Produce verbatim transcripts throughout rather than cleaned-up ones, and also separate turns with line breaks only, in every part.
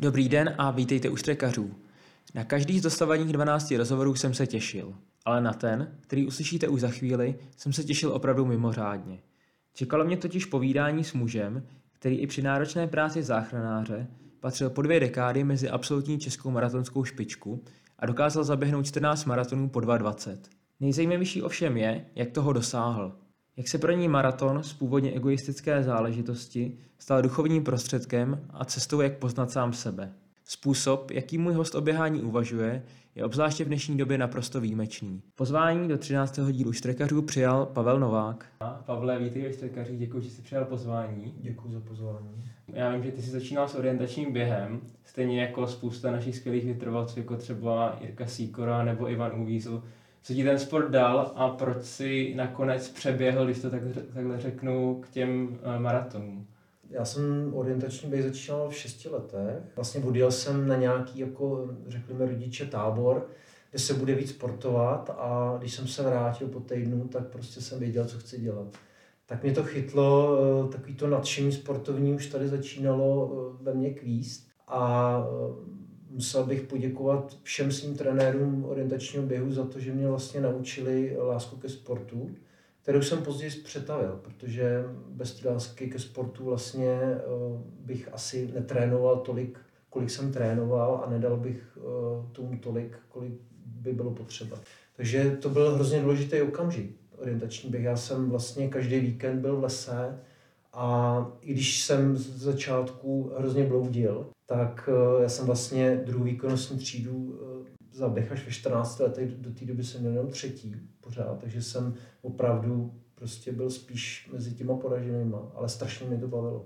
Dobrý den a vítejte u Štrekařů. Na každý z dosavadních dvanácti rozhovorů jsem se těšil, ale na ten, který uslyšíte už za chvíli, jsem se těšil opravdu mimořádně. Čekalo mě totiž povídání s mužem, který i při náročné práci záchranáře patřil po dvě dekády mezi absolutní českou maratonskou špičku a dokázal zaběhnout čtrnáct maratonů po dva dvacet. Nejzajímavější ovšem je, jak toho dosáhl. Jak se pro ní maraton z původně egoistické záležitosti stal duchovním prostředkem a cestou, jak poznat sám sebe. Způsob, jaký můj host o běhání uvažuje, je obzvláště v dnešní době naprosto výjimečný. Pozvání do třináctého dílu Štrekařů přijal Pavel Novák. Pavle, vítej ve Štrekařích, děkuji, že jsi přijal pozvání.
Děkuji za pozvání.
Já vím, že ty jsi začínal s orientačním během, stejně jako spousta našich skvělých vytrvalců, jako třeba Jirka Sýkora nebo Ivan Uvízl. Co ti ten sport dal a proč si nakonec přeběhl, když to tak, takhle řeknu, k těm uh, maratonům?
Já jsem orientační běh začínal v šesti letech. Vlastně odjel jsem na nějaký, jako řekli mi rodiče, tábor, kde se bude víc sportovat, a když jsem se vrátil po týdnu, tak prostě jsem věděl, co chci dělat. Tak mě to chytlo, takový to nadšení sportovní už tady začínalo ve mně kvíst, a musel bych poděkovat všem svým trenérům orientačního běhu za to, že mě vlastně naučili lásku ke sportu, kterou jsem později přetavil, protože bez té lásky ke sportu vlastně bych asi netrénoval tolik, kolik jsem trénoval, a nedal bych tomu tolik, kolik by bylo potřeba. Takže to byl hrozně důležitý okamžik, orientační běh. Já jsem vlastně každý víkend byl v lese, a i když jsem z začátku hrozně bloudil, tak já jsem vlastně druhou výkonnostní třídu zaběhl až ve čtrnácti letech, do té doby jsem měl jenom třetí pořád, takže jsem opravdu prostě byl spíš mezi těma poraženýma, ale strašně mě to bavilo.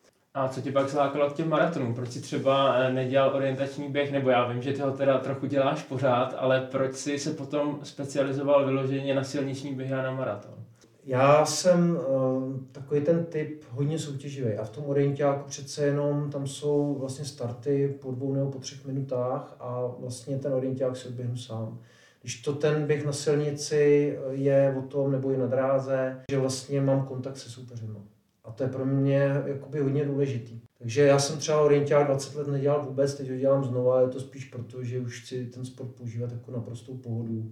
A co tě pak zlákalo k těm maratonům? Proč jsi třeba nedělal orientační běh, nebo já vím, že ty ho teda trochu děláš pořád, ale proč jsi se potom specializoval vyloženě na silniční běhy a na maraton?
Já jsem uh, takový ten typ hodně soutěživý, a v tom orientáku přece jenom tam jsou vlastně starty po dvou nebo po třech minutách, a vlastně ten orienták si odběhnu sám. Když to ten běh na silnici je o tom, nebo i na dráze, že vlastně mám kontakt se soupeřem. A to je pro mě jakoby hodně důležitý. Takže já jsem třeba orienták dvacet let nedělal vůbec, teď ho dělám znova, je to spíš proto, že už chci ten sport používat jako naprostou pohodu.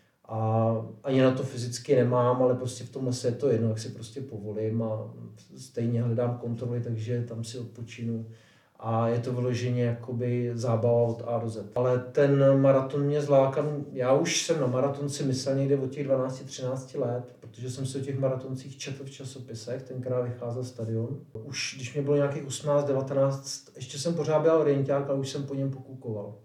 A ani na to fyzicky nemám, ale prostě v tom lese je to jedno, jak si prostě povolím, a stejně hledám kontroly, takže tam si odpočinu. A je to vyloženě jakoby zábava od A do Z. Ale ten maraton mě zlákal. Já už jsem na maraton si myslel někde od těch dvanácti třinácti let, protože jsem se o těch maratoncích četl v časopisech, tenkrát vycházel Stadion. Už když mě bylo nějakých osmnáct devatenáct, ještě jsem pořád byl orienták, ale už jsem po něm pokukoval.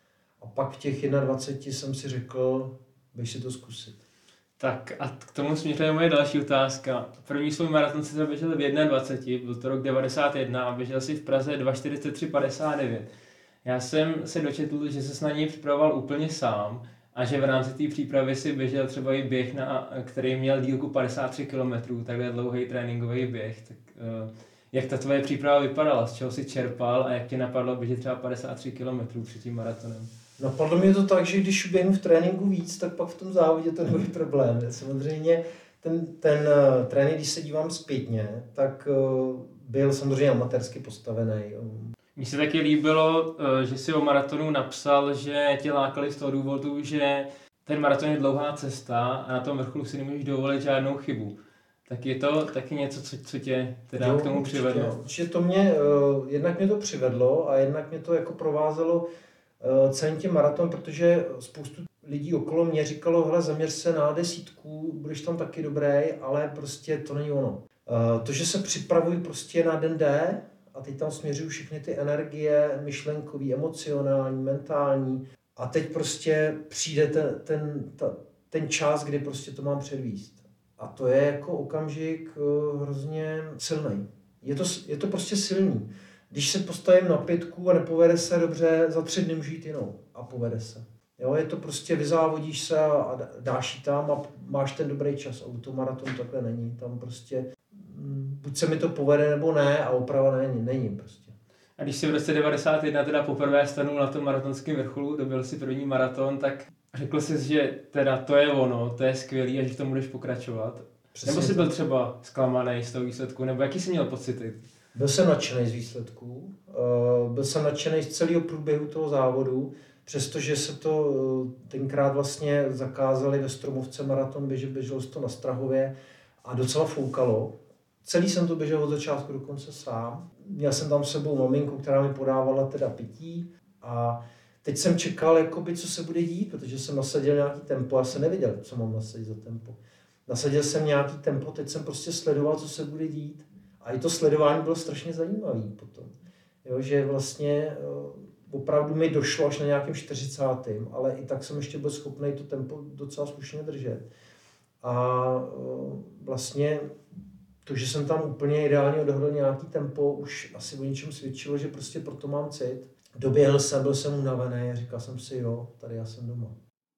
A pak v těch dvaceti jedné jsem si řekl, běž si to zkusit.
Tak a k tomu směřuje moje další otázka. První svůj maraton si zaběžel v dvaceti jedné, byl to rok devadesát jedna, a běžel si v Praze dva čtyřicet tři padesát devět. Já jsem se dočetl, že se na něj připravoval úplně sám a že v rámci té přípravy si běžel třeba i běh, na, který měl dílku padesát tři kilometrů, takhle dlouhý tréninkový běh. Tak, uh, jak ta tvoje příprava vypadala, z čeho jsi čerpal a jak tě napadlo běžet třeba padesát tři kilometrů před tím maratonem?
Napadlo mě to tak, že když uběhnu v tréninku víc, tak pak v tom závodě to nebude problém. Samozřejmě ten, ten uh, trénink, když se dívám zpětně, tak uh, byl samozřejmě amatérsky postavený.
Mně se taky líbilo, uh, že si o maratonu napsal, že tě lákali z toho důvodu, že ten maraton je dlouhá cesta a na tom vrcholu si nemůžeš dovolit žádnou chybu. Tak je to taky něco, co, co tě teda jo, k tomu
určitě,
přivedlo?
Určitě to mě, uh, jednak mě to přivedlo, a jednak mě to jako provázelo celý tím maraton, protože spoustu lidí okolo mě říkalo, hele, zaměř se na desítku, budeš tam taky dobrý, ale prostě to není ono. To, že se připravuji prostě na den D a teď tam směřuju všechny ty energie, myšlenkový, emocionální, mentální, a teď prostě přijde ten, ten, ta, ten čas, kdy prostě to mám předvíst. A to je jako okamžik hrozně silný. Je to, je to prostě silný. Když se postavím na pětku a nepovede se dobře, za tři dny můžu jít jinou a povede se. Jo, je to prostě, vyzávodíš se a dáš ji tam a máš ten dobrý čas. A u toho maratonu takhle není. Tam prostě buď se mi to povede nebo ne, a oprava není, není prostě.
A když jsi v roce devadesát jedna teda poprvé stanul na tom maratonském vrcholu, dobil si první maraton, tak řekl jsi, že teda to je ono, to je skvělý a že v tom budeš pokračovat. Přesně, nebo jsi byl třeba zklamaný z toho výsledku, nebo jaký jsi měl pocity?
Byl jsem nadšený z výsledků, byl jsem nadšený z celého průběhu toho závodu, přestože se to tenkrát vlastně zakázali ve Stromovce maraton běžet, běželo se to na Strahově a docela foukalo. Celý jsem to běžel od začátku do konce sám. Měl jsem tam s sebou maminku, která mi podávala teda pití a teď jsem čekal, jakoby, co se bude dít, protože jsem nasadil nějaký tempo, já jsem nevěděl, co mám nasadit za tempo. Nasadil jsem nějaký tempo, teď jsem prostě sledoval, co se bude dít. A i to sledování bylo strašně zajímavé potom. Jo, že vlastně opravdu mi došlo až na nějakém čtyřicátém ale i tak jsem ještě byl schopný to tempo docela slušně držet. A vlastně to, že jsem tam úplně ideálně odehrál nějaký tempo, už asi o něčem svědčilo, že prostě proto mám cit. Doběhl jsem, byl jsem unavený a říkal jsem si, jo, tady já jsem doma.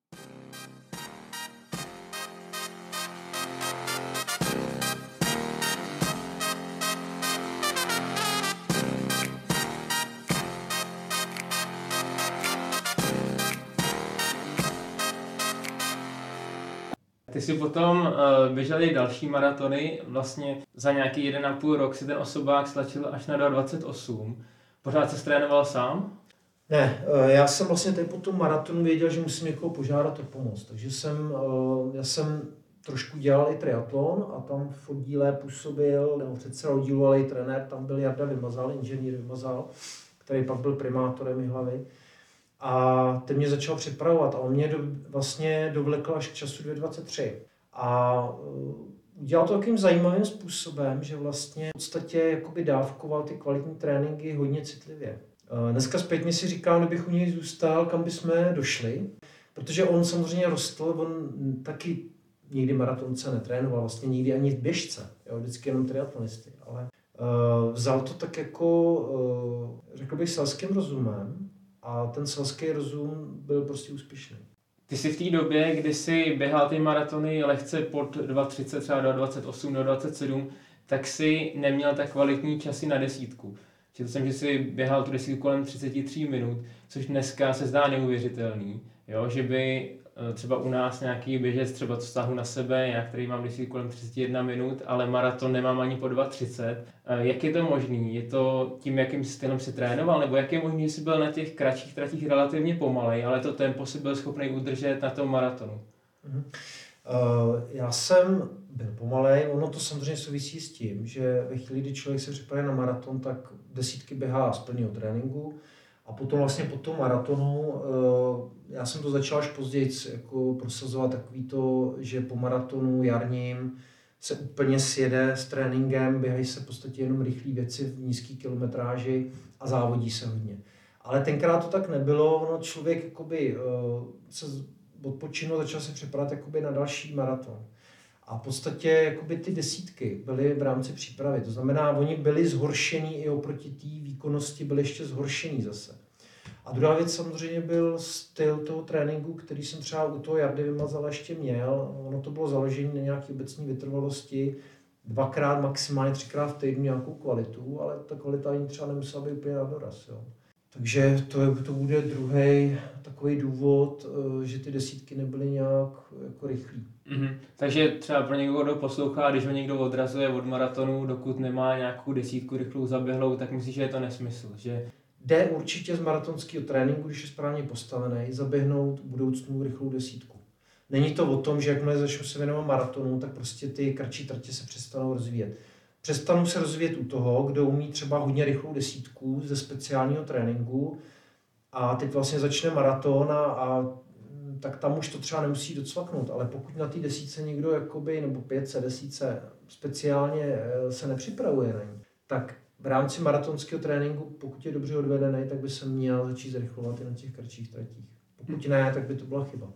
Ty si potom uh, běželi další maratony, vlastně za nějaký jeden a půl rok si ten osobák stlačil až na dvacet osm. Pořád se trénoval sám?
Ne, já jsem vlastně teď po tom maratonu věděl, že musím někoho požádat o pomoc, takže jsem, já jsem trošku dělal i triatlon a tam v oddíle působil, nebo předseda oddílu, ale i trenér, tam byl Jarda Vymazal, inženýr Vymazal, který pak byl primátorem Jihlavy. A ten mě začal připravovat a on mě do, vlastně dovlekl až k času dvě dvacet tři. A uh, udělal to takovým zajímavým způsobem, že vlastně v podstatě jakoby dávkoval ty kvalitní tréninky hodně citlivě. Uh, dneska zpětně si říkám, kdybych u něj zůstal, kam bychom došli, protože on samozřejmě rostl, on taky nikdy maratonce netrénoval, vlastně nikdy ani běžce, jo, vždycky jenom triatlonisty, ale uh, vzal to tak jako, uh, řekl bych, selským rozumem. A ten selský rozum byl prostě úspěšný.
Ty jsi v té době, kdy jsi běhal ty maratony lehce pod dva třicet, třeba do dvacet osm, do dvacet sedm, tak si neměl tak kvalitní časy na desítku. Četl jsem, že jsi běhal tu desítku kolem třicet tři minut, což dneska se zdá neuvěřitelný. Jo? Že by třeba u nás nějaký běžec, třeba co stáhnu na sebe, já, který mám desítku kolem třicet jedna minut, ale maraton nemám ani po dva třicet. Jak je to možný? Je to tím, jakým stylem si trénoval, nebo jak je možný, že jsi byl na těch kratších tratích relativně pomalej, ale to tempo si byl schopný udržet na tom maratonu?
Mm-hmm. Uh, já jsem byl pomalej, ono to samozřejmě souvisí s tím, že ve chvíli, kdy člověk se připravuje na maraton, tak desítky běhá z plného tréninku a potom vlastně po tom maratonu, uh, já jsem to začal až později jako prosazovat takový to, že po maratonu jarním se úplně sjede s tréninkem, běhají se v podstatě jenom rychlé věci v nízké kilometráži a závodí se hodně. Ale tenkrát to tak nebylo, ono člověk jakoby, uh, se odpočinul, začal se připravovat jakoby na další maraton. A v podstatě jakoby ty desítky byly v rámci přípravy, to znamená, oni byli zhoršení i oproti té výkonnosti, byli ještě zhoršení zase. A druhá věc samozřejmě byl styl toho tréninku, který jsem třeba u toho Jardy Vymazala ještě měl. Ono to bylo založené na nějaké obecní vytrvalosti, dvakrát, maximálně třikrát v týdnu nějakou kvalitu, ale ta kvalita ani třeba nemusela být úplně na doraz. Jo. Takže to, je, to bude druhý takový důvod, že ty desítky nebyly nějak jako rychlý.
Mm-hmm. Takže třeba pro někoho, kdo poslouchá, když ho někdo odrazuje od maratonu, dokud nemá nějakou desítku rychlou zaběhlou, tak myslíš, že je to nesmysl, že...
Jde určitě z maratonského tréninku, když je správně postavený, zaběhnout v budoucnu rychlou desítku. Není to o tom, že jakmile začnu se věnovat maratonu, tak prostě ty kratší tratě se přestanou rozvíjet. Přestanou se rozvíjet u toho, kdo umí třeba hodně rychlou desítku ze speciálního tréninku a teď vlastně začne maraton a, a tak tam už to třeba nemusí docvaknout, ale pokud na té desítce někdo jakoby, nebo pětce, desítce speciálně se nepřipravuje na ní, tak v rámci maratonského tréninku, pokud je dobře odvedený, tak by se měl začít zrychlovat i na těch kratších tratích. Pokud ne, tak by to byla chyba.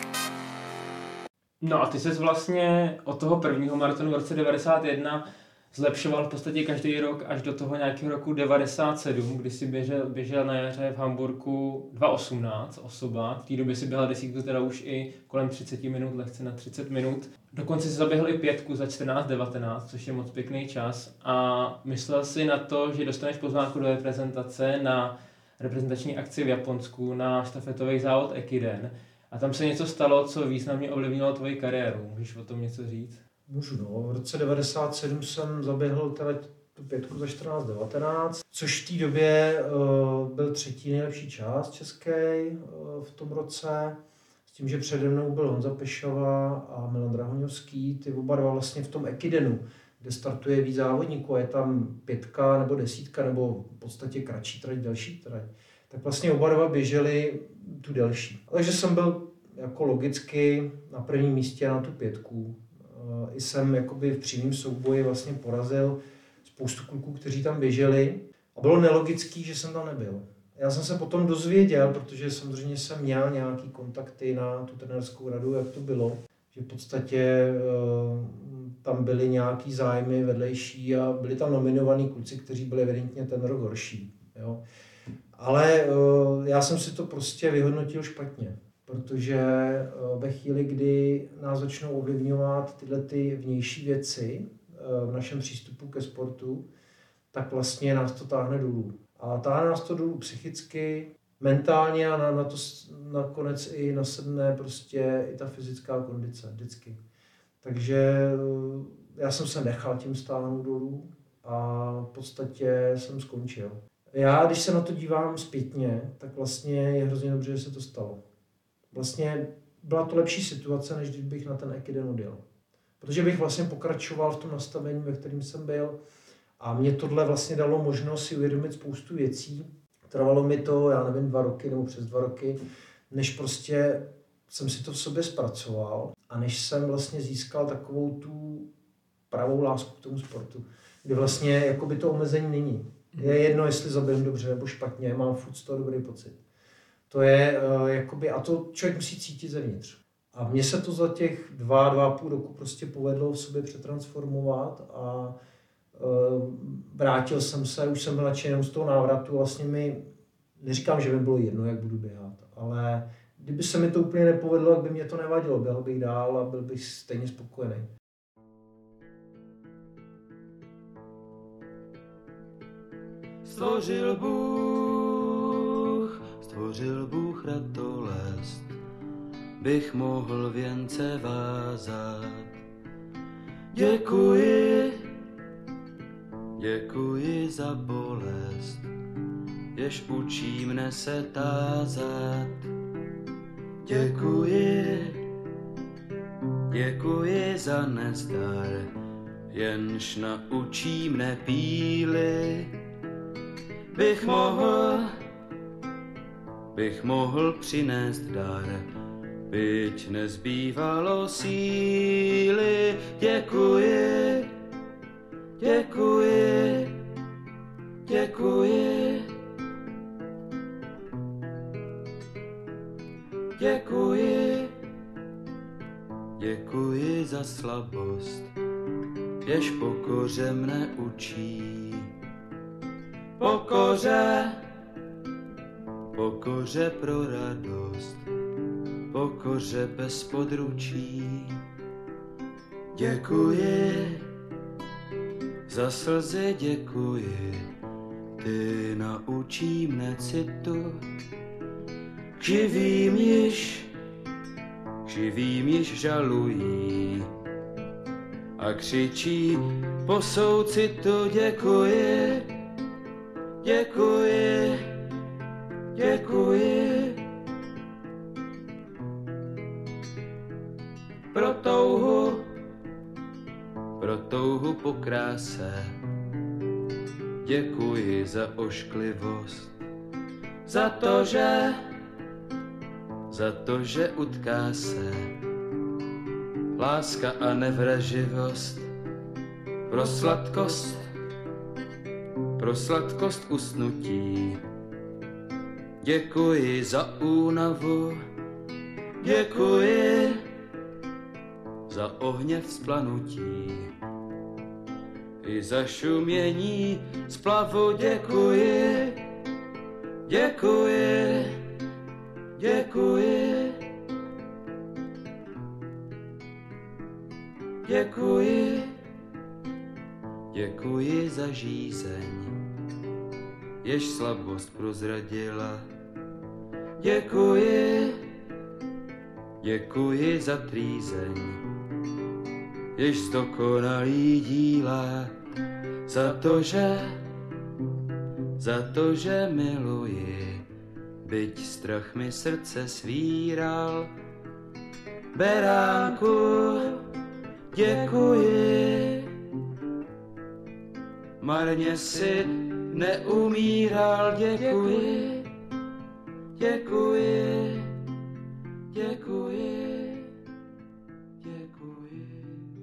No a ty ses vlastně od toho prvního maratonu v roce devadesát jedna zlepšoval v podstatě každý rok až do toho nějakého roku devadesát sedm, kdy si běžel, běžel na jaře v Hamburku dva osmnáct osoba. V té době si běhal desítku teda už i kolem třicet minut, lehce na třicet minut. Dokonce si zaběhl i pětku za čtrnáct devatenáct, což je moc pěkný čas. A myslel si na to, že dostaneš pozvánku do reprezentace na reprezentační akci v Japonsku na štafetový závod Ekiden. A tam se něco stalo, co významně ovlivnilo tvoji kariéru. Můžeš o tom něco říct?
Můžu, no. V roce devadesát sedm jsem zaběhl teda tu pětku za čtrnáct devatenáct, což v té době uh, byl třetí nejlepší čas český uh, v tom roce. S tím, že přede mnou byl Honza Pešava a Milan Drahoňovský, ty oba dva vlastně v tom Ekidenu, kde startuje víc závodníků a je tam pětka nebo desítka nebo v podstatě kratší trať, delší trať. Tak vlastně oba dva běželi tu delší. Takže jsem byl jako logicky na prvním místě na tu pětku. I jsem jakoby v přímém souboji vlastně porazil spoustu kluků, kteří tam běželi. A bylo nelogický, že jsem tam nebyl. Já jsem se potom dozvěděl, protože samozřejmě jsem měl nějaký kontakty na tu trenérskou radu, jak to bylo. Že v podstatě tam byly nějaký zájmy vedlejší a byli tam nominovaní kluci, kteří byli evidentně ten rok horší. Jo. Ale já jsem si to prostě vyhodnotil špatně, protože ve chvíli, kdy nás začnou ovlivňovat tyhle ty vnější věci v našem přístupu ke sportu, tak vlastně nás to táhne dolů. A táhne nás to dolů psychicky, mentálně a na, na to nakonec i nasedne prostě i ta fyzická kondice vždycky. Takže já jsem se nechal tím stáhnout dolů a v podstatě jsem skončil. Já, když se na to dívám zpětně, tak vlastně je hrozně dobře, že se to stalo. Vlastně byla to lepší situace, než když bych na ten Ekiden odjel. Protože bych vlastně pokračoval v tom nastavení, ve kterém jsem byl. A mě tohle vlastně dalo možnost si uvědomit spoustu věcí. Trvalo mi to, já nevím, dva roky nebo přes dva roky, než prostě jsem si to v sobě zpracoval a než jsem vlastně získal takovou tu pravou lásku k tomu sportu, kdy vlastně jakoby to omezení není. Je jedno, jestli zabijím dobře nebo špatně, mám furt z toho dobrý pocit. To je uh, jakoby, a to člověk musí cítit zevnitř. A mně se to za těch dva, dva a půl roku prostě povedlo v sobě přetransformovat a uh, vrátil jsem se, už jsem byl nadšený z toho návratu, vlastně mi, neříkám, že by bylo jedno, jak budu běhat, ale kdyby se mi to úplně nepovedlo, tak by mě to nevadilo, běhal bych dál a byl bych stejně spokojený.
Stvořil Bůh, stvořil Bůh ratolest, bych mohl věnce vázat. Děkuji, děkuji za bolest, jež učí mne se tázat. Děkuji, děkuji za nezdar, jenž naučí mne píly. Bych mohl, bych mohl přinést dar, byť nezbývalo síly. Děkuji, děkuji, děkuji, děkuji, děkuji za slabost, jež pokoře mne učí. Pokoře, pokoře pro radost, pokoře bez područí. Děkuji, za slzy děkuji, ty naučí mne citu. K živým již, k živým již žalují a křičí po soucitu. Děkuji, děkuji, děkuji pro touhu, pro touhu po kráse. Děkuji za ošklivost, za to, že, za to, že utká se láska a nevraživost, pro sladkost, pro sladkost usnutí. Děkuji za únavu, děkuji za ohně vzplanutí. i za šumění splavu děkuji, děkuji, děkuji, děkuji, děkuji za žízeň, jež slabost prozradila. Děkuji, děkuji za trýzeň, jež zdokonalý díla, za to, že, za to, že miluji, byť strach mi srdce svíral. Beránku, děkuji, marně si neumíral, děkuji, děkuji, děkuji, děkuji.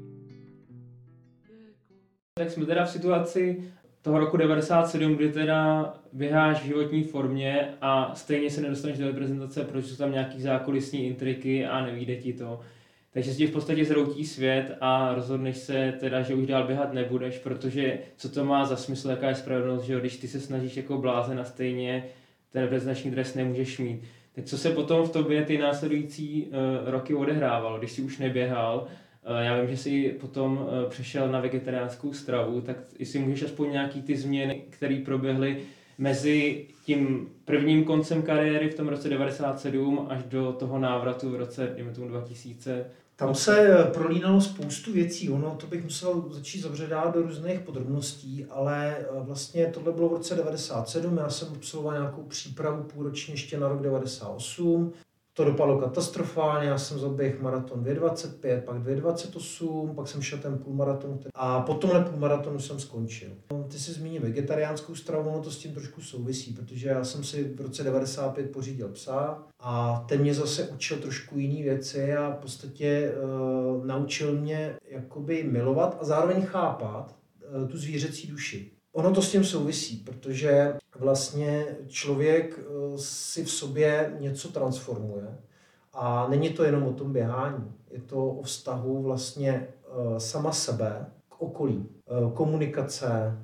Tak jsme teda v situaci toho roku devadesát sedm, kdy teda běháš v životní formě a stejně se nedostaneš do reprezentace, protože jsou tam nějaký zákulisní intriky a nevyjde ti to. Takže si ti v podstatě zroutí svět a rozhodneš se teda, že už dál běhat nebudeš, protože co to má za smysl, jaká je spravedlnost, že když ty se snažíš jako blázen a stejně ten reprezentační dres nemůžeš mít. Tak co se potom v tobě ty následující uh, roky odehrávalo, když jsi už neběhal? Uh, já vím, že jsi potom uh, přešel na vegetariánskou stravu, tak jestli můžeš aspoň nějaký ty změny, které proběhly mezi tím prvním koncem kariéry v tom roce devadesát sedm až do toho návratu v roce, dejme tomu dva tisíce.
Tam se prolínalo spoustu věcí, ono to bych musel začít zabředát do různých podrobností, ale vlastně tohle bylo v roce devadesát sedm, já jsem absolvoval nějakou přípravu půlročně ještě na rok devadesát osm. To dopadlo katastrofálně, já jsem zaběhl maraton dvě dvacet pět, pak dvě dvacet osm, pak jsem šel ten půlmaraton a po tomhle půlmaratonu jsem skončil. Ty jsi zmínil vegetariánskou stravu, ono to s tím trošku souvisí, protože já jsem si v roce devadesát pět pořídil psa a ten mě zase učil trošku jiné věci a v podstatě uh, naučil mě jakoby milovat a zároveň chápat uh, tu zvířecí duši. Ono to s tím souvisí, protože vlastně člověk si v sobě něco transformuje a není to jenom o tom běhání, je to o vztahu vlastně sama sebe k okolí, komunikace,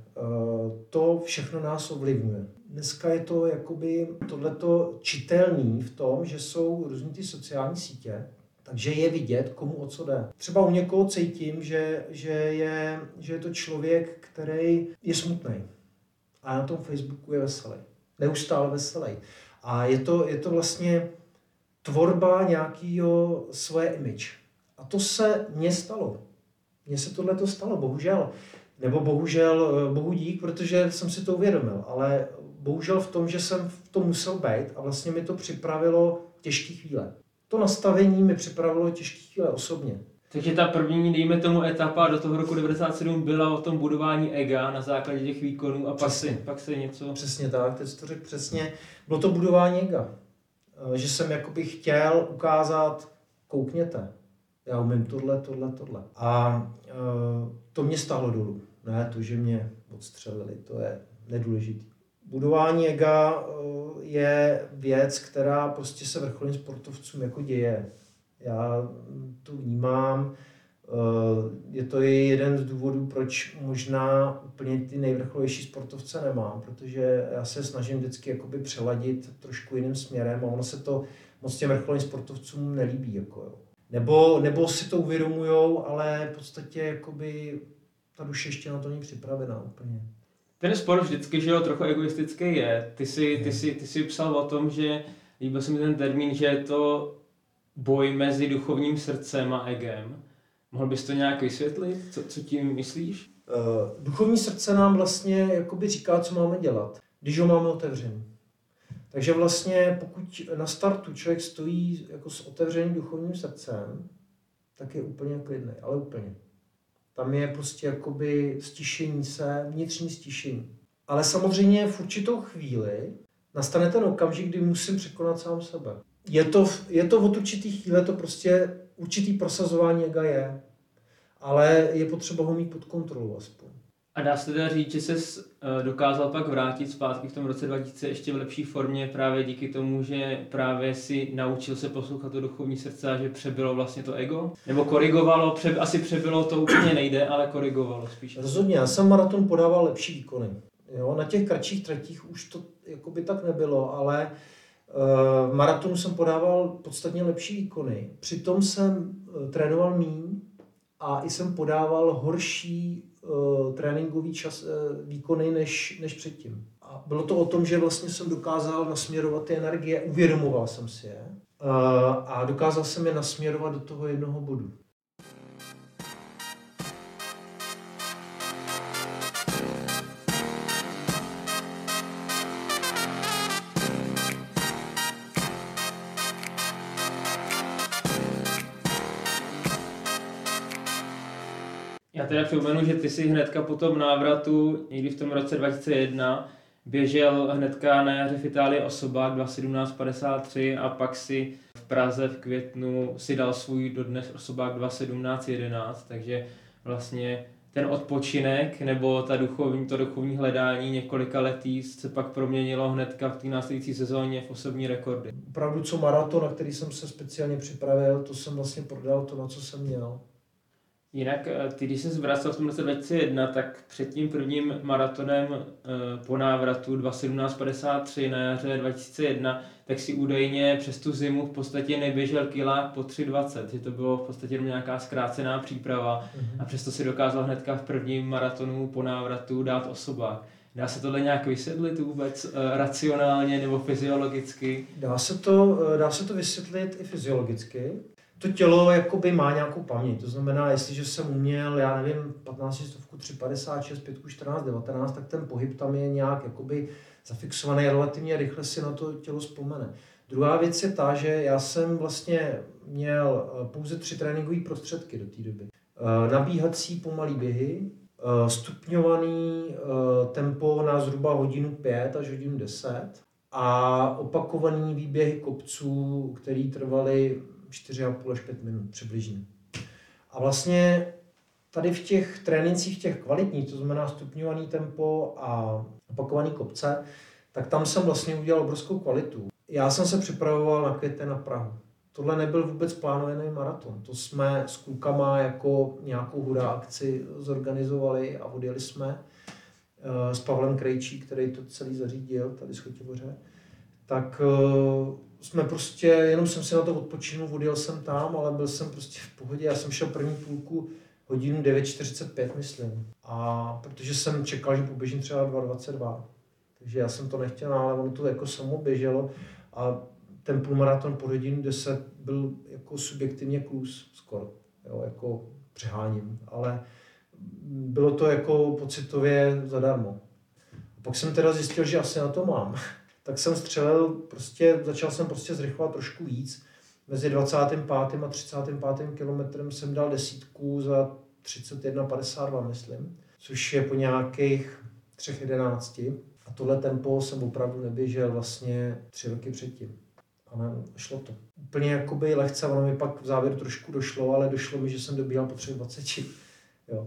to všechno nás ovlivňuje. Dneska je to jakoby tohleto čitelný v tom, že jsou různý ty sociální sítě, takže je vidět, komu o co jde. Třeba u někoho cítím, že, že, je, že je to člověk, který je smutný. A na tom Facebooku je veselý. Neustále veselý. A je to, je to vlastně tvorba nějakého svoje image. A to se mně stalo. Mně se tohleto stalo, bohužel. Nebo bohužel, bohu dík, protože jsem si to uvědomil. Ale bohužel v tom, že jsem v tom musel být a vlastně mi to připravilo těžké chvíle. To nastavení mi připravilo těžké chvíle osobně.
Takže ta první, dejme tomu, etapa do toho roku devadesát sedm byla o tom budování ega na základě těch výkonů a pak se, pak se něco...
Přesně tak, teď jsi to řekl přesně. Bylo to budování ega. Že jsem jakoby chtěl ukázat, koukněte, já umím tohle, tohle, tohle. A uh, to mě stálo dolů. Ne to, že mě odstřelili, to je nedůležitý. Budování ega je věc, která prostě se vrcholným sportovcům jako děje. Já to vnímám, je to i jeden z důvodů, proč možná úplně ty nejvrcholovější sportovce nemám, protože já se snažím vždycky jakoby přeladit trošku jiným směrem a ono se to moc těm vrcholným sportovcům nelíbí. Jako jo. Nebo, nebo si to uvědomujou, ale v podstatě jakoby ta duše ještě na to není připravená úplně.
Ten sport vždycky, že jo, trochu egoistický je. Ty jsi, ty jsi, ty jsi psal o tom, že líbil se mi ten termín, že je to boj mezi duchovním srdcem a egem. Mohl bys to nějak vysvětlit? Co, co tím myslíš?
Uh, duchovní srdce nám vlastně jakoby říká, co máme dělat, když ho máme otevřený. Takže vlastně pokud na startu člověk stojí jako s otevřeným duchovním srdcem, tak je úplně klidný, ale úplně. Tam je prostě jakoby stišení se, vnitřní stišení. Ale samozřejmě v určitou chvíli nastane ten okamžik, kdy musím překonat sám sebe. Je to, je to od určitý chvíle, to prostě určitý prosazování ega je, ale je potřeba ho mít pod kontrolou aspoň.
A dá se teda říct, že ses uh, dokázal pak vrátit zpátky v tom roce dva tisíce ještě v lepší formě právě díky tomu, že právě si naučil se poslouchat to duchovní srdce a že přebylo vlastně to ego? Nebo korigovalo, pře, asi přebylo to úplně nejde, ale korigovalo spíš.
Rozhodně, já jsem maraton podával lepší výkony. Jo, na těch kratších tratích už to jakoby tak nebylo, ale uh, v maratonu jsem podával podstatně lepší výkony. Přitom jsem uh, trénoval míň a i jsem podával horší uh, tréninkový čas, uh, výkony než, než předtím. A bylo to o tom, že vlastně jsem dokázal nasměrovat ty energie, uvědomoval jsem si je uh, a dokázal jsem je nasměrovat do toho jednoho bodu.
Já teda připomenu, že ty si hnedka po tom návratu, někdy v tom roce dva tisíce jedna, běžel hnedka na jaře v Itálii osobák dva sedmnáct padesát tři a pak si v Praze v květnu si dal svůj dodnes osobák dva sedmnáct jedenáct, takže vlastně ten odpočinek nebo ta duchovní, to duchovní hledání několika letý se pak proměnilo hnedka v té následující sezóně v osobní rekordy.
Opravdu co maraton, na který jsem se speciálně připravil, to jsem vlastně prodal to, na co jsem měl.
Jinak ty, když jsi vracel v tom roce dva tisíce jedna, tak před tím prvním maratonem po návratu dva sedmnáct padesát tři na jaře dva tisíce jedna, tak si údajně přes tu zimu v podstatě neběžel kilák po tři dvacet, že to bylo v podstatě nějaká zkrácená příprava mm-hmm. a přesto si dokázal hnedka v prvním maratonu po návratu dát osobák. Dá se tohle nějak vysvětlit vůbec uh, racionálně nebo fyziologicky?
Dá se to, dá se to vysvětlit i fyziologicky. To tělo jakoby má nějakou paměť, to znamená, jestliže jsem uměl, já nevím, patnáct stovku, tři padesát šest, pět čtrnáct, devatenáct, tak ten pohyb tam je nějak jakoby zafixovaný, relativně rychle si na to tělo vzpomene. Druhá věc je ta, že já jsem vlastně měl pouze tři tréninkové prostředky do té doby. Nabíhací pomalý běhy, stupňovaný tempo na zhruba hodinu pět až hodinu deset a opakovaný výběhy kopců, které trvaly čtyři a půl až pět minut přibližně. A vlastně tady v těch trénincích, těch kvalitních, to znamená stupňovaný tempo a opakovaný kopce, tak tam jsem vlastně udělal obrovskou kvalitu. Já jsem se připravoval na květen na Prahu. Tohle nebyl vůbec plánovaný maraton. To jsme s klukama jako nějakou hurá akci zorganizovali a odjeli jsme s Pavlem Krejčí, který to celý zařídil tady z Chotěvoře. Tak jsme prostě, jenom jsem si na to odpočinul, odjel jsem tam, ale byl jsem prostě v pohodě. Já jsem šel první půlku hodinu devět čtyřicet pět, myslím. A protože jsem čekal, že poběžím třeba dva dvacet dva. Takže já jsem to nechtěl, ale ono to jako samo běželo. A ten půlmaraton po hodinu deset byl jako subjektivně klus skoro. Jo, jako přeháním. Ale bylo to jako pocitově zadarmo. A pak jsem teda zjistil, že asi na to mám. Tak jsem střelil, prostě, začal jsem prostě zrychlovat trošku víc. Mezi dvacátým pátým a třicátým pátým kilometrem jsem dal desítku za třicet jedna padesát dva, myslím, což je po nějakých tři jedenácti. A tohle tempo jsem opravdu neběžel vlastně tři roky předtím. Ale šlo to. Úplně jakoby lehce, ono mi pak v závěru trošku došlo, ale došlo mi, že jsem dobíhal po tři dvaceti. Jo.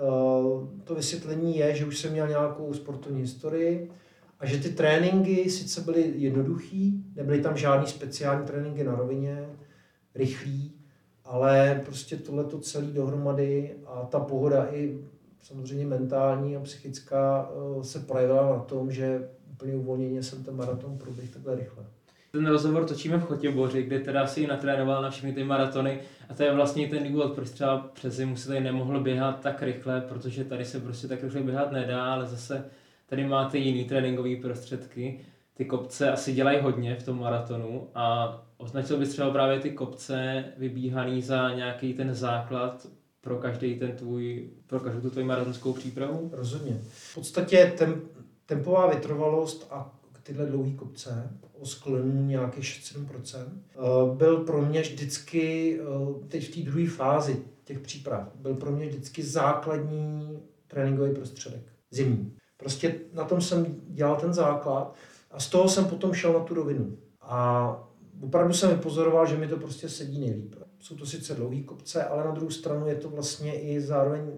To vysvětlení je, že už jsem měl nějakou sportovní historii, a že ty tréninky sice byly jednoduchý, nebyly tam žádný speciální tréninky na rovině, rychlý, ale prostě tohleto celý dohromady a ta pohoda i samozřejmě mentální a psychická se projevila na tom, že úplně uvolněně jsem ten maraton proběhl takhle rychle.
Ten rozhovor točíme v Chotěboři, kde teda si natrénoval na všechny ty maratony a to je vlastně ten důvod, proč třeba přes zimu se tady nemohl běhat tak rychle, protože tady se prostě tak rychle běhat nedá, ale zase tady máte jiný tréninkové prostředky. Ty kopce asi dělají hodně v tom maratonu a označil bys třeba právě ty kopce vybíhaný za nějaký ten základ pro každý ten tvůj, pro každou tu tvoji maratonskou přípravu?
Rozhodně. V podstatě tem, tempová vytrvalost a tyhle dlouhé kopce o sklonu nějakých šest sedm procent byl pro mě vždycky, teď v té druhé fázi těch příprav, byl pro mě vždycky základní tréninkový prostředek. Zimní. Prostě na tom jsem dělal ten základ a z toho jsem potom šel na tu rovinu. A opravdu jsem vypozoroval, že mi to prostě sedí nejlíp. Jsou to sice dlouhý kopce, ale na druhou stranu je to vlastně i zároveň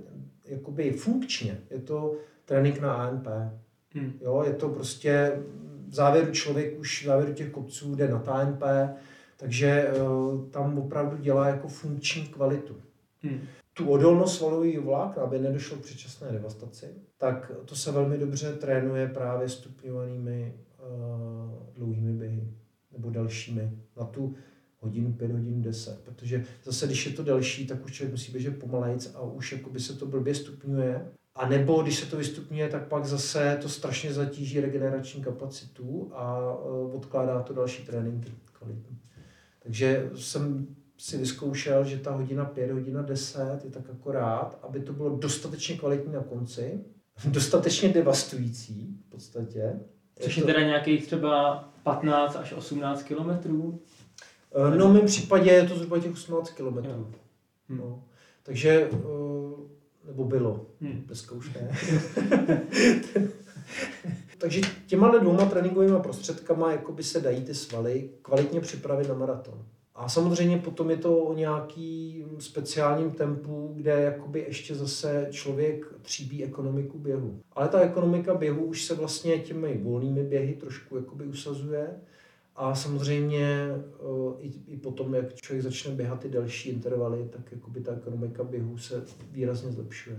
jakoby funkčně, je to trénink na A N P.
Hmm.
Jo, je to prostě v závěru člověk už v závěru těch kopců jde na T N P, takže uh, tam opravdu dělá jako funkční kvalitu.
Hmm.
Tu odolnost svalového vlákna, aby nedošlo k předčasné devastaci, tak to se velmi dobře trénuje právě stupňovanými uh, dlouhými běhy nebo dalšími na tu hodinu, pět hodin, deset. Protože zase, když je to delší, tak už člověk musí běžet pomalejc a už jakoby se to blbě stupňuje. A nebo když se to vystupňuje, tak pak zase to strašně zatíží regenerační kapacitu a uh, odkládá to další tréninky kvalitní. Takže jsem si vyzkoušel, že ta hodina pět, hodina deset je tak akorát, aby to bylo dostatečně kvalitní na konci, dostatečně devastující v podstatě.
Což je to... teda nějakých třeba patnáct až osmnáct kilometrů?
No v mém případě je to zhruba těch osmnáct kilometrů.
Hmm.
No. Takže, nebo bylo,
hmm.
dneska už ne. Takže těma dvouma tréninkovými prostředkama jakoby se dají ty svaly kvalitně připravit na maraton. A samozřejmě potom je to o nějaký speciálním tempu, kde jakoby ještě zase člověk tříbí ekonomiku běhu. Ale ta ekonomika běhu už se vlastně těmi volnými běhy trošku jakoby usazuje. A samozřejmě i, i potom, jak člověk začne běhat ty delší intervaly, tak jakoby ta ekonomika běhu se výrazně zlepšuje.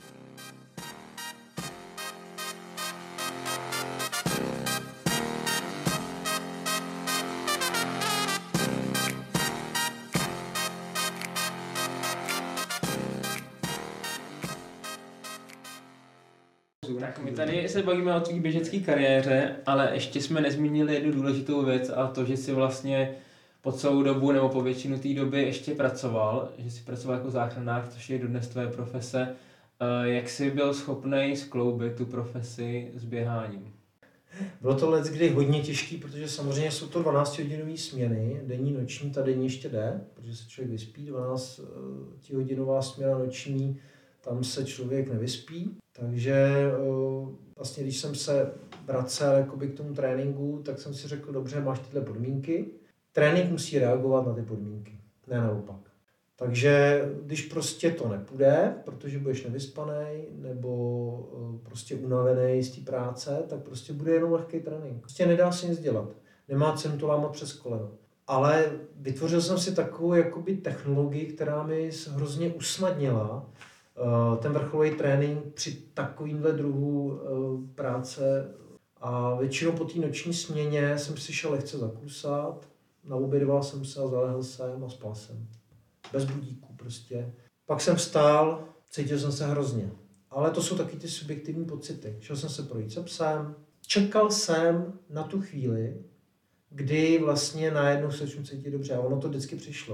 Tak my tady se bavíme o tvý běžecké kariéře, ale ještě jsme nezmínili jednu důležitou věc a to, že jsi vlastně po celou dobu nebo po většinu té doby ještě pracoval, že jsi pracoval jako záchranář, což je dodnes tvoje profese. Jak jsi byl schopný skloubit tu profesi s běháním?
Bylo to leckdy hodně těžký, protože samozřejmě jsou to dvanáctihodinové směny, denní, noční, ta denní ještě jde, protože se člověk vyspí, dvanáctihodinová směna noční, tam se člověk nevyspí. Takže vlastně, když jsem se vracel jakoby k tomu tréninku, tak jsem si řekl, dobře, máš tyhle podmínky. Trénink musí reagovat na ty podmínky, ne naopak. Takže když prostě to nepůjde, protože budeš nevyspanej nebo prostě unavený z té práce, tak prostě bude jenom lehký trénink. Prostě nedá se nic dělat. Nemá cenu to lámat přes koleno. Ale vytvořil jsem si takovou jakoby technologii, která mi hrozně usnadnila ten vrcholový trénink při takovýmhle druhu práce. A většinou po té noční směně jsem si šel lehce zakusat, naobědval jsem se a zalehl jsem a spal jsem. Bez budíku prostě. Pak jsem vstál, cítil jsem se hrozně. Ale to jsou taky ty subjektivní pocity. Šel jsem se projít se psem, čekal jsem na tu chvíli, kdy vlastně najednou se začnu cítit dobře a ono to vždycky přišlo.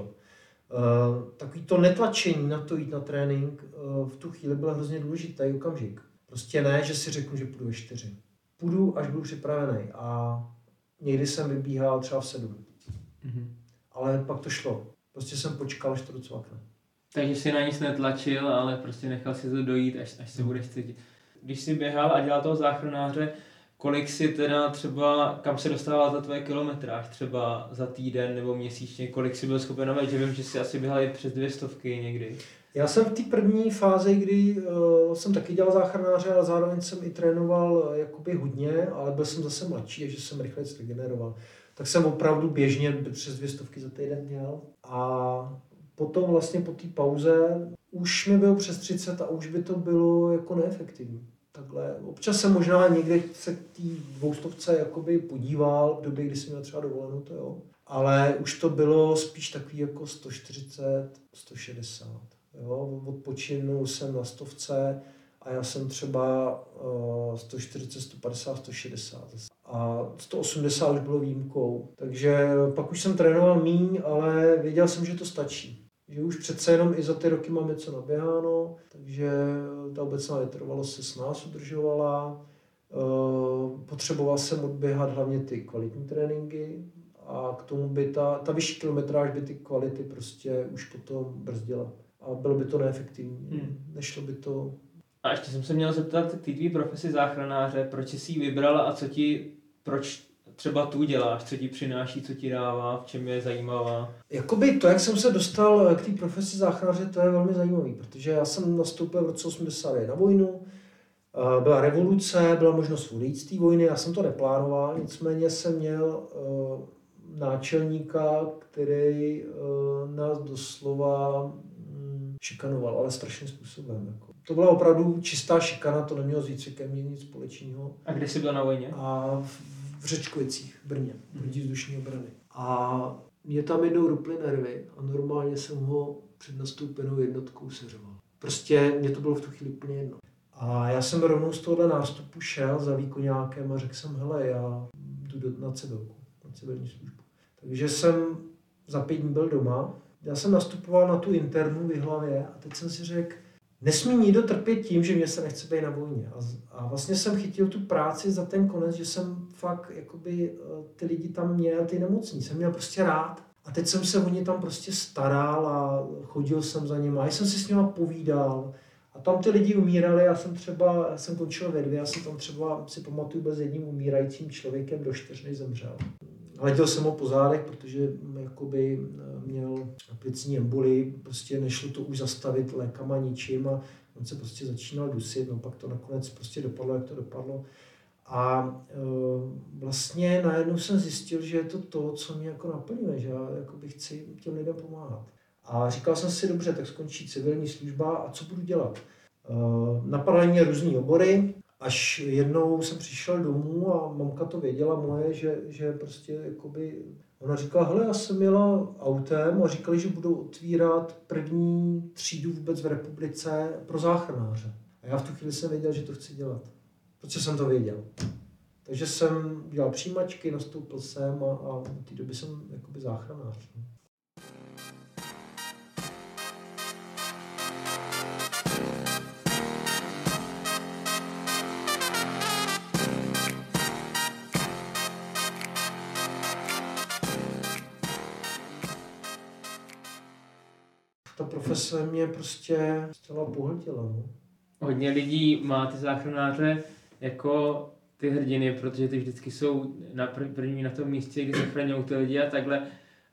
Uh, takový to netlačení na to jít na trénink uh, v tu chvíli byl hrozně důležitý okamžik. Prostě ne, že si řeknu, že půjdu ve čtyři. Půjdu, až budu připravený a někdy jsem vybíhal třeba v sedm. Mm-hmm. Ale pak to šlo. Prostě jsem počkal, až to docvakne.
Takže si na nic netlačil, ale prostě nechal si to dojít, až, až se budeš cítit. Když jsi běhal a dělal toho záchranáře, kolik si teda třeba, kam se dostával za tvoje kilometráž, třeba za týden nebo měsíčně, kolik si byl schopen navést, že vím, že jsi asi běhal i přes dvě stovky někdy.
Já jsem v té první fázi, kdy uh, jsem taky dělal záchranáře, ale zároveň jsem i trénoval uh, jakoby hodně, ale byl jsem zase mladší, takže jsem rychle regeneroval. Tak jsem opravdu běžně přes dvě stovky za týden měl. A potom vlastně po té pauze už mi bylo přes třicet a už by to bylo jako neefektivní. Takhle. Občas jsem možná někde se k té dvoustovce jakoby podíval v době, kdy jsem měl třeba dovolenou, to jo. Ale už to bylo spíš takový jako sto čtyřicet, sto šedesát. Jo. Odpočinul jsem na stovce a já jsem třeba uh, sto čtyřicet, sto padesát, sto šedesát. A sto osmdesát už bylo výjimkou. Takže pak už jsem trénoval míň, ale věděl jsem, že to stačí. Že už přece jenom i za ty roky mám něco naběháno, takže ta obecná vytrvalost se s nás udržovala. Potřeboval jsem odběhat hlavně ty kvalitní tréninky a k tomu by ta, ta vyšší kilometráž by ty kvality prostě už potom brzdila. A bylo by to neefektivní, hmm. nešlo by to.
A ještě jsem se měl zeptat k té tvý profesi záchranáře, proč jsi ji vybral a co ti, proč třeba tu děláš, co ti přináší, co ti dává, v čem je zajímavá?
Jakoby to, jak jsem se dostal k té profesi záchraře, to je velmi zajímavý, protože já jsem nastoupil v roce osmdesát devět na vojnu, byla revoluce, byla možnost odejít z té vojny, já jsem to neplánoval, nicméně jsem měl uh, náčelníka, který uh, nás doslova um, šikanoval, ale strašným způsobem. Jako. To byla opravdu čistá šikana, to nemělo s výcvikem nic společného.
A kde jsi byl na vojně?
A v, v Řečkovicích, v Brně, protivzdušní obrany. A mě tam jednou ruply nervy a normálně jsem ho před nastoupenou jednotkou seřoval. Prostě mě to bylo v tu chvíli úplně jedno. A já jsem rovnou z tohohle nástupu šel za výkoňákem a řekl jsem, hele, já jdu do, na civilku, na civilní službu. Takže jsem za pět dní byl doma. Já jsem nastupoval na tu internu v Jihlavě a teď jsem si řekl, nesmí nikdo trpět tím, že mě se nechce být na vojně. A, a vlastně jsem chytil tu práci za ten konec, že jsem fakt jakoby, ty lidi tam měl, ty nemocní, jsem měl prostě rád. A teď jsem se o ně tam prostě staral a chodil jsem za nimi a jsem si s nimi povídal. A tam ty lidi umírali, já jsem třeba, já jsem končil ve dvě, já jsem tam třeba si pamatuju byl s jedním umírajícím člověkem do čtyř, než zemřel. Letěl jsem ho po zádech, protože jakoby měl plicní embolii, prostě nešlo to už zastavit lékama ničím a on se prostě začínal dusit, no pak to nakonec prostě dopadlo, jak to dopadlo. A e, vlastně najednou jsem zjistil, že je to to, co mě jako naplňuje, že já jakoby chci těm lidem pomáhat. A říkal jsem si, dobře, tak skončí civilní služba a co budu dělat? E, napadaly mě různý obory, až jednou jsem přišel domů a mamka to věděla moje, že, že prostě jakoby, ona říkala, hele, já jsem jela autem a říkali, že budou otvírat první třídu vůbec v republice pro záchranáře. A já v tu chvíli jsem věděl, že to chci dělat. Protože jsem to věděl. Takže jsem dělal přijímačky, nastoupil jsem a, a v té době jsem jakoby záchranář. Ta profese mě prostě zcela pohltila. No.
Hodně lidí má ty záchranáře jako ty hrdiny, protože ty vždycky jsou na první na tom místě, kde zachraňují ty lidi a takhle.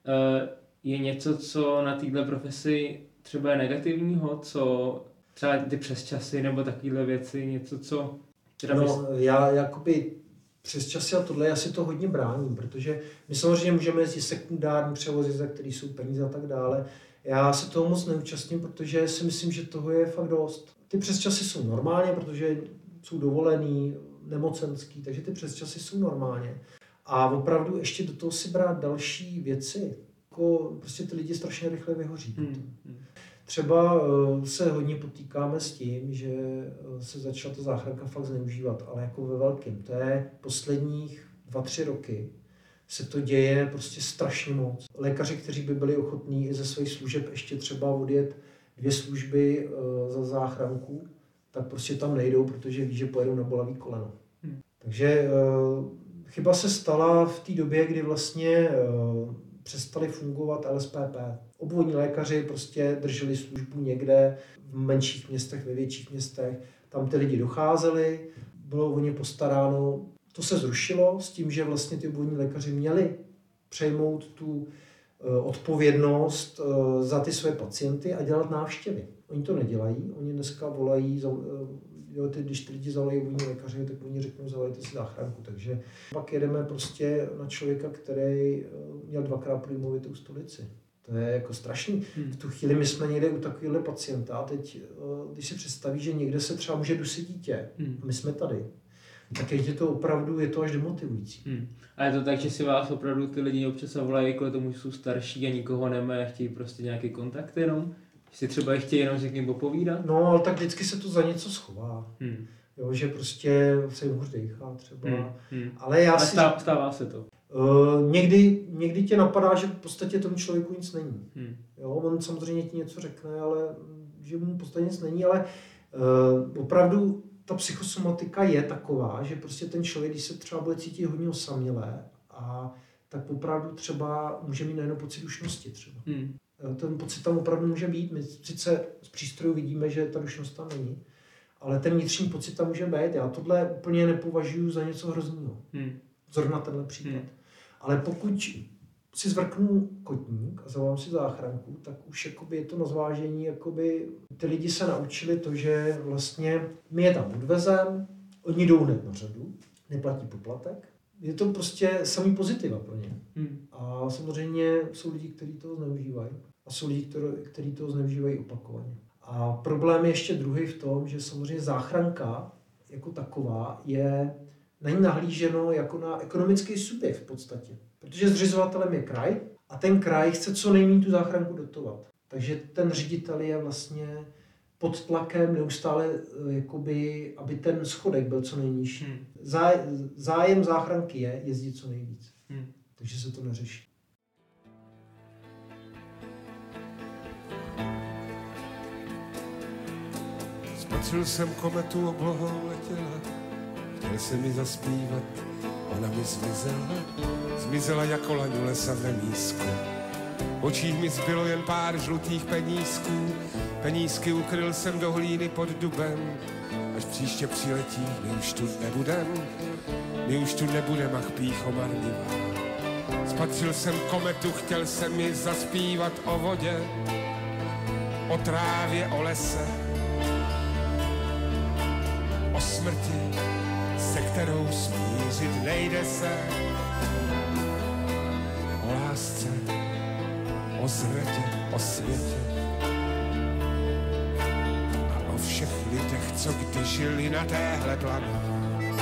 Je něco, co na této profesi třeba je negativního, co třeba ty přesčasy nebo takovéhle věci, něco, co...
No, bys... já jakoby přesčasy a tohle, já si to hodně bráním, protože my samozřejmě můžeme jezdit sekundární převozy, za který jsou peníze a tak dále. Já se toho moc neúčastním, protože si myslím, že toho je fakt dost. Ty přesčasy jsou normálně, protože jsou dovolený, nemocenský, takže ty přesčasy jsou normálně. A opravdu ještě do toho si brát další věci, jako prostě ty lidi strašně rychle vyhoří. Hmm. Třeba se hodně potýkáme s tím, že se začala ta záchranka fakt zneužívat, ale jako ve velkém. To je posledních dva, tři roky. Se to děje prostě strašně moc. Lékaři, kteří by byli ochotní i ze svých služeb ještě třeba odjet dvě služby e, za záchranku, tak prostě tam nejdou, protože ví, že pojedou na bolavý koleno. Hmm. Takže e, chyba se stala v té době, kdy vlastně e, přestali fungovat L S P P. Obvodní lékaři prostě drželi službu někde v menších městech, ve větších městech. Tam ty lidi docházeli, bylo o ně postaráno. To se zrušilo s tím, že vlastně ty obvodní lékaři měli přejmout tu uh, odpovědnost uh, za ty své pacienty a dělat návštěvy. Oni to nedělají, oni dneska volají, za, uh, jo, ty, když ty lidi zavolají obvodní lékaři, tak oni řeknou, zavolejte si záchranku. Takže pak jedeme prostě na člověka, který uh, měl dvakrát průjmovitou stolici. To je jako strašný. Hmm. V tu chvíli my jsme někde u takovéhle pacienta a teď, uh, když si představí, že někde se třeba může dusit dítě, hmm. a my jsme tady, tak je to opravdu, je to až demotivující. Hmm.
A je to tak, že si vás opravdu ty lidi občas volají kvůli tomu, že jsou starší a nikoho nemají a chtějí prostě nějaký kontakt jenom? Že si třeba chtějí jenom s někým popovídat?
No, ale tak vždycky se to za něco schová.
Hmm.
Jo, že prostě se jim hůř dejchá třeba. Hmm.
Hmm.
Ale já
ale
si...
Stává, stává se to?
Uh, někdy, někdy tě napadá, že v podstatě tomu člověku nic není. Hmm. Jo, on samozřejmě ti něco řekne, ale že mu v podstatě nic není, ale uh, opravdu ta psychosomatika je taková, že prostě ten člověk, když se třeba bude cítit hodně osamělé, a tak opravdu třeba může mít najednou pocit dušnosti třeba. Hmm. Ten pocit tam opravdu může být. My sice z přístrojů vidíme, že ta dušnost tam není, ale ten vnitřní pocit tam může být. Já tohle úplně nepovažuji za něco hrozného. Hmm. Zrovna tenhle případ.
Hmm.
Ale pokud si zvrknu kotník a zavolám si záchranku, tak už jakoby je to na zvážení, jakoby ty lidi se naučili to, že vlastně my je tam odvezem, oni jdou hned na řadu, neplatí poplatek. Je to prostě samý pozitiva pro ně.
Hmm.
A samozřejmě jsou lidi, kteří toho zneužívají. A jsou lidi, kteří toho zneužívají opakovaně. A problém je ještě druhý v tom, že samozřejmě záchranka jako taková je na ní nahlíženo jako na ekonomický subjekt v podstatě. Protože zřizovatelem je kraj a ten kraj chce co nejméně tu záchranku dotovat. Takže ten ředitel je vlastně pod tlakem neustále, jakoby, aby ten schodek byl co nejnižší.
Hmm.
Zájem záchranky je jezdit co nejvíc.
Hmm.
Takže se to neřeší.
Spatřil jsem kometu, oblohou letěla, chtěl jsem mi zaspívat, ona mi zmizela, zmizela jako laň lesa v remísku. V očích mi zbylo jen pár žlutých penízků, penízky ukryl jsem do hlíny pod dubem, až příště přiletí, my už tu nebudem, my už tu nebudem, ach pýcho marnivá. Spatřil jsem kometu, chtěl jsem mi zaspívat o vodě, o trávě, o lese, o smrti, se kterou smířit nejde se, o lásce, o zradě, o světě a o všech lidech, co kdy žili na téhle dlaně.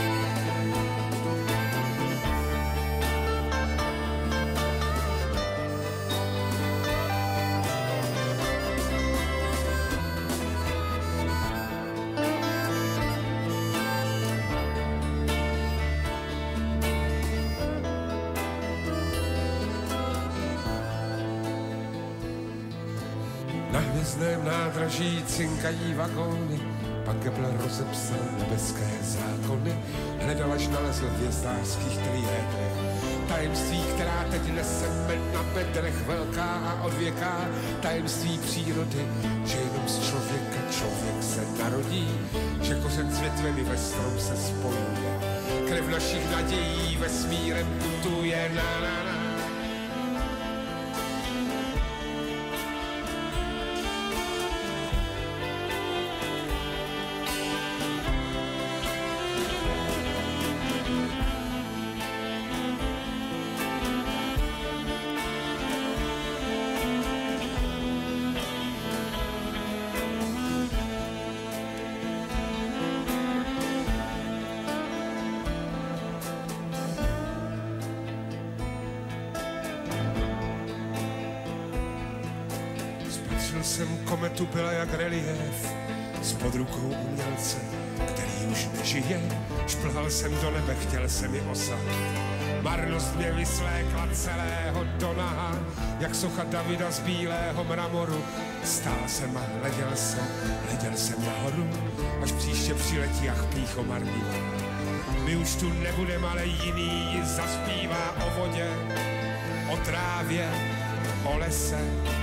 Na hvězdném nádraží cinkají vagóny, pan Kepler rozepsal nebeské zákony, hned až nalezl v hvězdářských triédrech tajemství, která teď neseme na bedrech, velká a odvěká tajemství přírody, že jenom z člověka člověk se narodí, že kořen s větvemi ve strom se spojuje, krev našich nadějí vesmírem putuje, na na na. Spatřil jsem kometu, byla jak reliéf, spod rukou umělce, který už nežije. Šplhal jsem do nebe, chtěl jsem ji osadit. Marnost mě vyslékla celého do naha, jak socha Davida z bílého mramoru. Stál jsem a hleděl jsem, hleděl jsem nahoru, až příště přiletí, ach pýcho marnivá. My už tu nebudeme, ale jiný ji zaspívá o vodě, o trávě, o lese,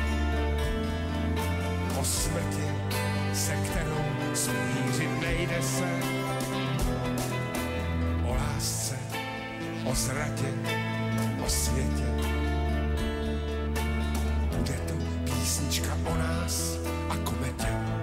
o smrti, se kterou smířit nejde se, o lásce, o zradě, o světě. Bude to písnička o nás a kometě.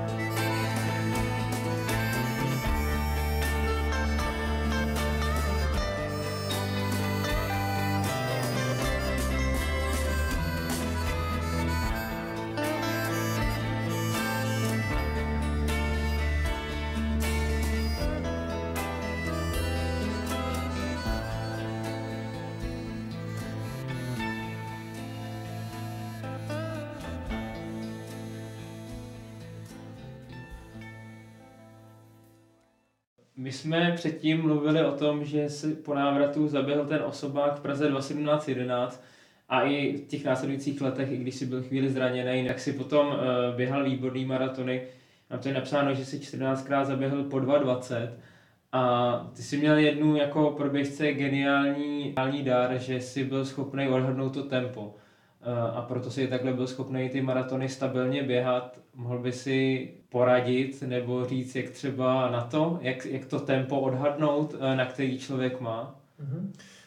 My jsme předtím mluvili o tom, že se po návratu zaběhl ten osobák v Praze dva sedmnáct jedenáct a i v těch následujících letech, i když si byl chvíli zraněný, tak si potom uh, běhal výborný maratony. Tam to je napsáno, že si čtrnáctkrát zaběhl po dva dvacet a ty jsi měl jednu jako pro běžce geniální, geniální dar, že jsi byl schopný odhadnout to tempo. Uh, a proto si takhle byl schopný ty maratony stabilně běhat. Mohl by si poradit nebo říct, jak třeba na to, jak, jak to tempo odhadnout, na který člověk má?
Mm-hmm.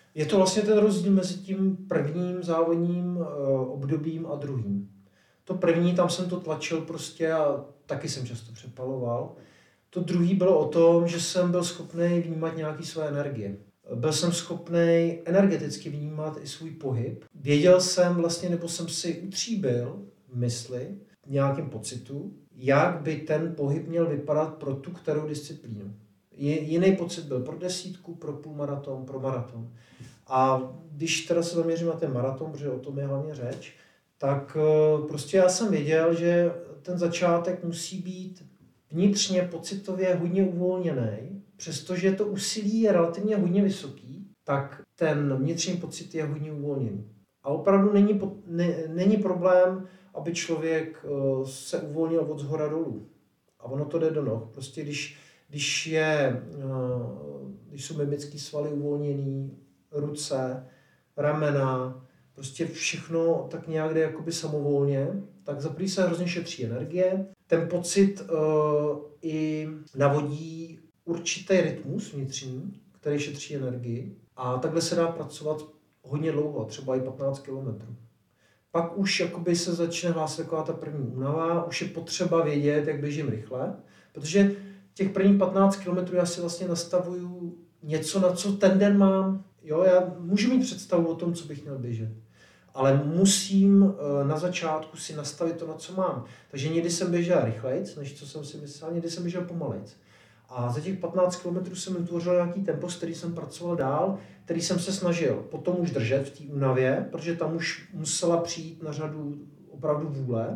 Je to vlastně ten rozdíl mezi tím prvním závodním uh, obdobím a druhým. To první, tam jsem to tlačil prostě a taky jsem často přepaloval. To druhý bylo o tom, že jsem byl schopný vnímat nějaké své energie. Byl jsem schopný energeticky vnímat i svůj pohyb. Věděl jsem vlastně, nebo jsem si utříbil v mysli, v nějakém pocitu, jak by ten pohyb měl vypadat pro tu kterou disciplínu. Jiný pocit byl pro desítku, pro půlmaraton, pro maraton. A když teda se zaměřím na ten maraton, protože o tom je hlavně řeč, tak prostě já jsem věděl, že ten začátek musí být vnitřně pocitově hodně uvolněný, přestože to úsilí je relativně hodně vysoký, tak ten vnitřní pocit je hodně uvolněný. A opravdu není, ne, není problém, aby člověk se uvolnil od zhora dolů. A ono to jde do noh. Prostě když, když, je, když jsou mimický svaly uvolněný, ruce, ramena, prostě všechno tak nějak jde jakoby samovolně, tak za první se hrozně šetří energie. Ten pocit uh, i navodí určitý rytmus vnitřní, který šetří energii. A takhle se dá pracovat hodně dlouho, třeba i patnáct kilometrů. Pak už jakoby se začne hlásit taková ta první únava, už je potřeba vědět, jak běžím rychle, protože těch prvních patnáct kilometrů já si vlastně nastavuju něco, na co ten den mám. Jo, já můžu mít představu o tom, co bych měl běžet, ale musím na začátku si nastavit to, na co mám. Takže někdy jsem běžel rychlejc, než co jsem si myslel, někdy jsem běžel pomalejc. A za těch patnáct kilometrů jsem vytvořil nějaký tempo, s kterým jsem pracoval dál, který jsem se snažil potom už držet v té únavě, protože tam už musela přijít na řadu opravdu vůle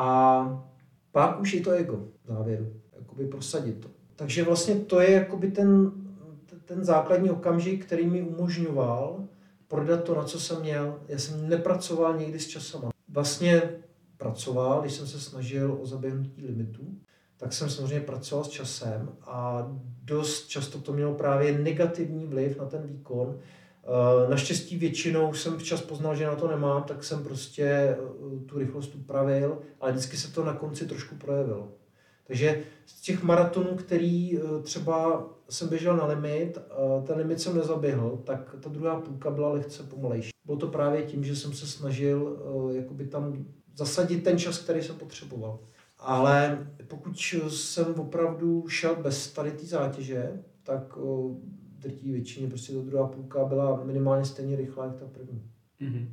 a pak už i to ego v závěru, jakoby prosadit to. Takže vlastně to je jakoby ten, ten základní okamžik, který mi umožňoval prodat to, na co jsem měl. Já jsem nepracoval někdy s časama. Vlastně pracoval, když jsem se snažil o zaběhnutí limitu, tak jsem samozřejmě pracoval s časem a dost často to mělo právě negativní vliv na ten výkon. Naštěstí většinou jsem včas poznal, že na to nemám, tak jsem prostě tu rychlost upravil, ale vždycky se to na konci trošku projevilo. Takže z těch maratonů, který třeba jsem běžel na limit, ten limit jsem nezaběhl, tak ta druhá půlka byla lehce pomalejší. Bylo to právě tím, že jsem se snažil jakoby tam zasadit ten čas, který jsem potřeboval. Ale pokud jsem opravdu šel bez tady té zátěže, tak o drtí většině prostě ta druhá půlka byla minimálně stejně rychlá, jak ta první.
Mm-hmm.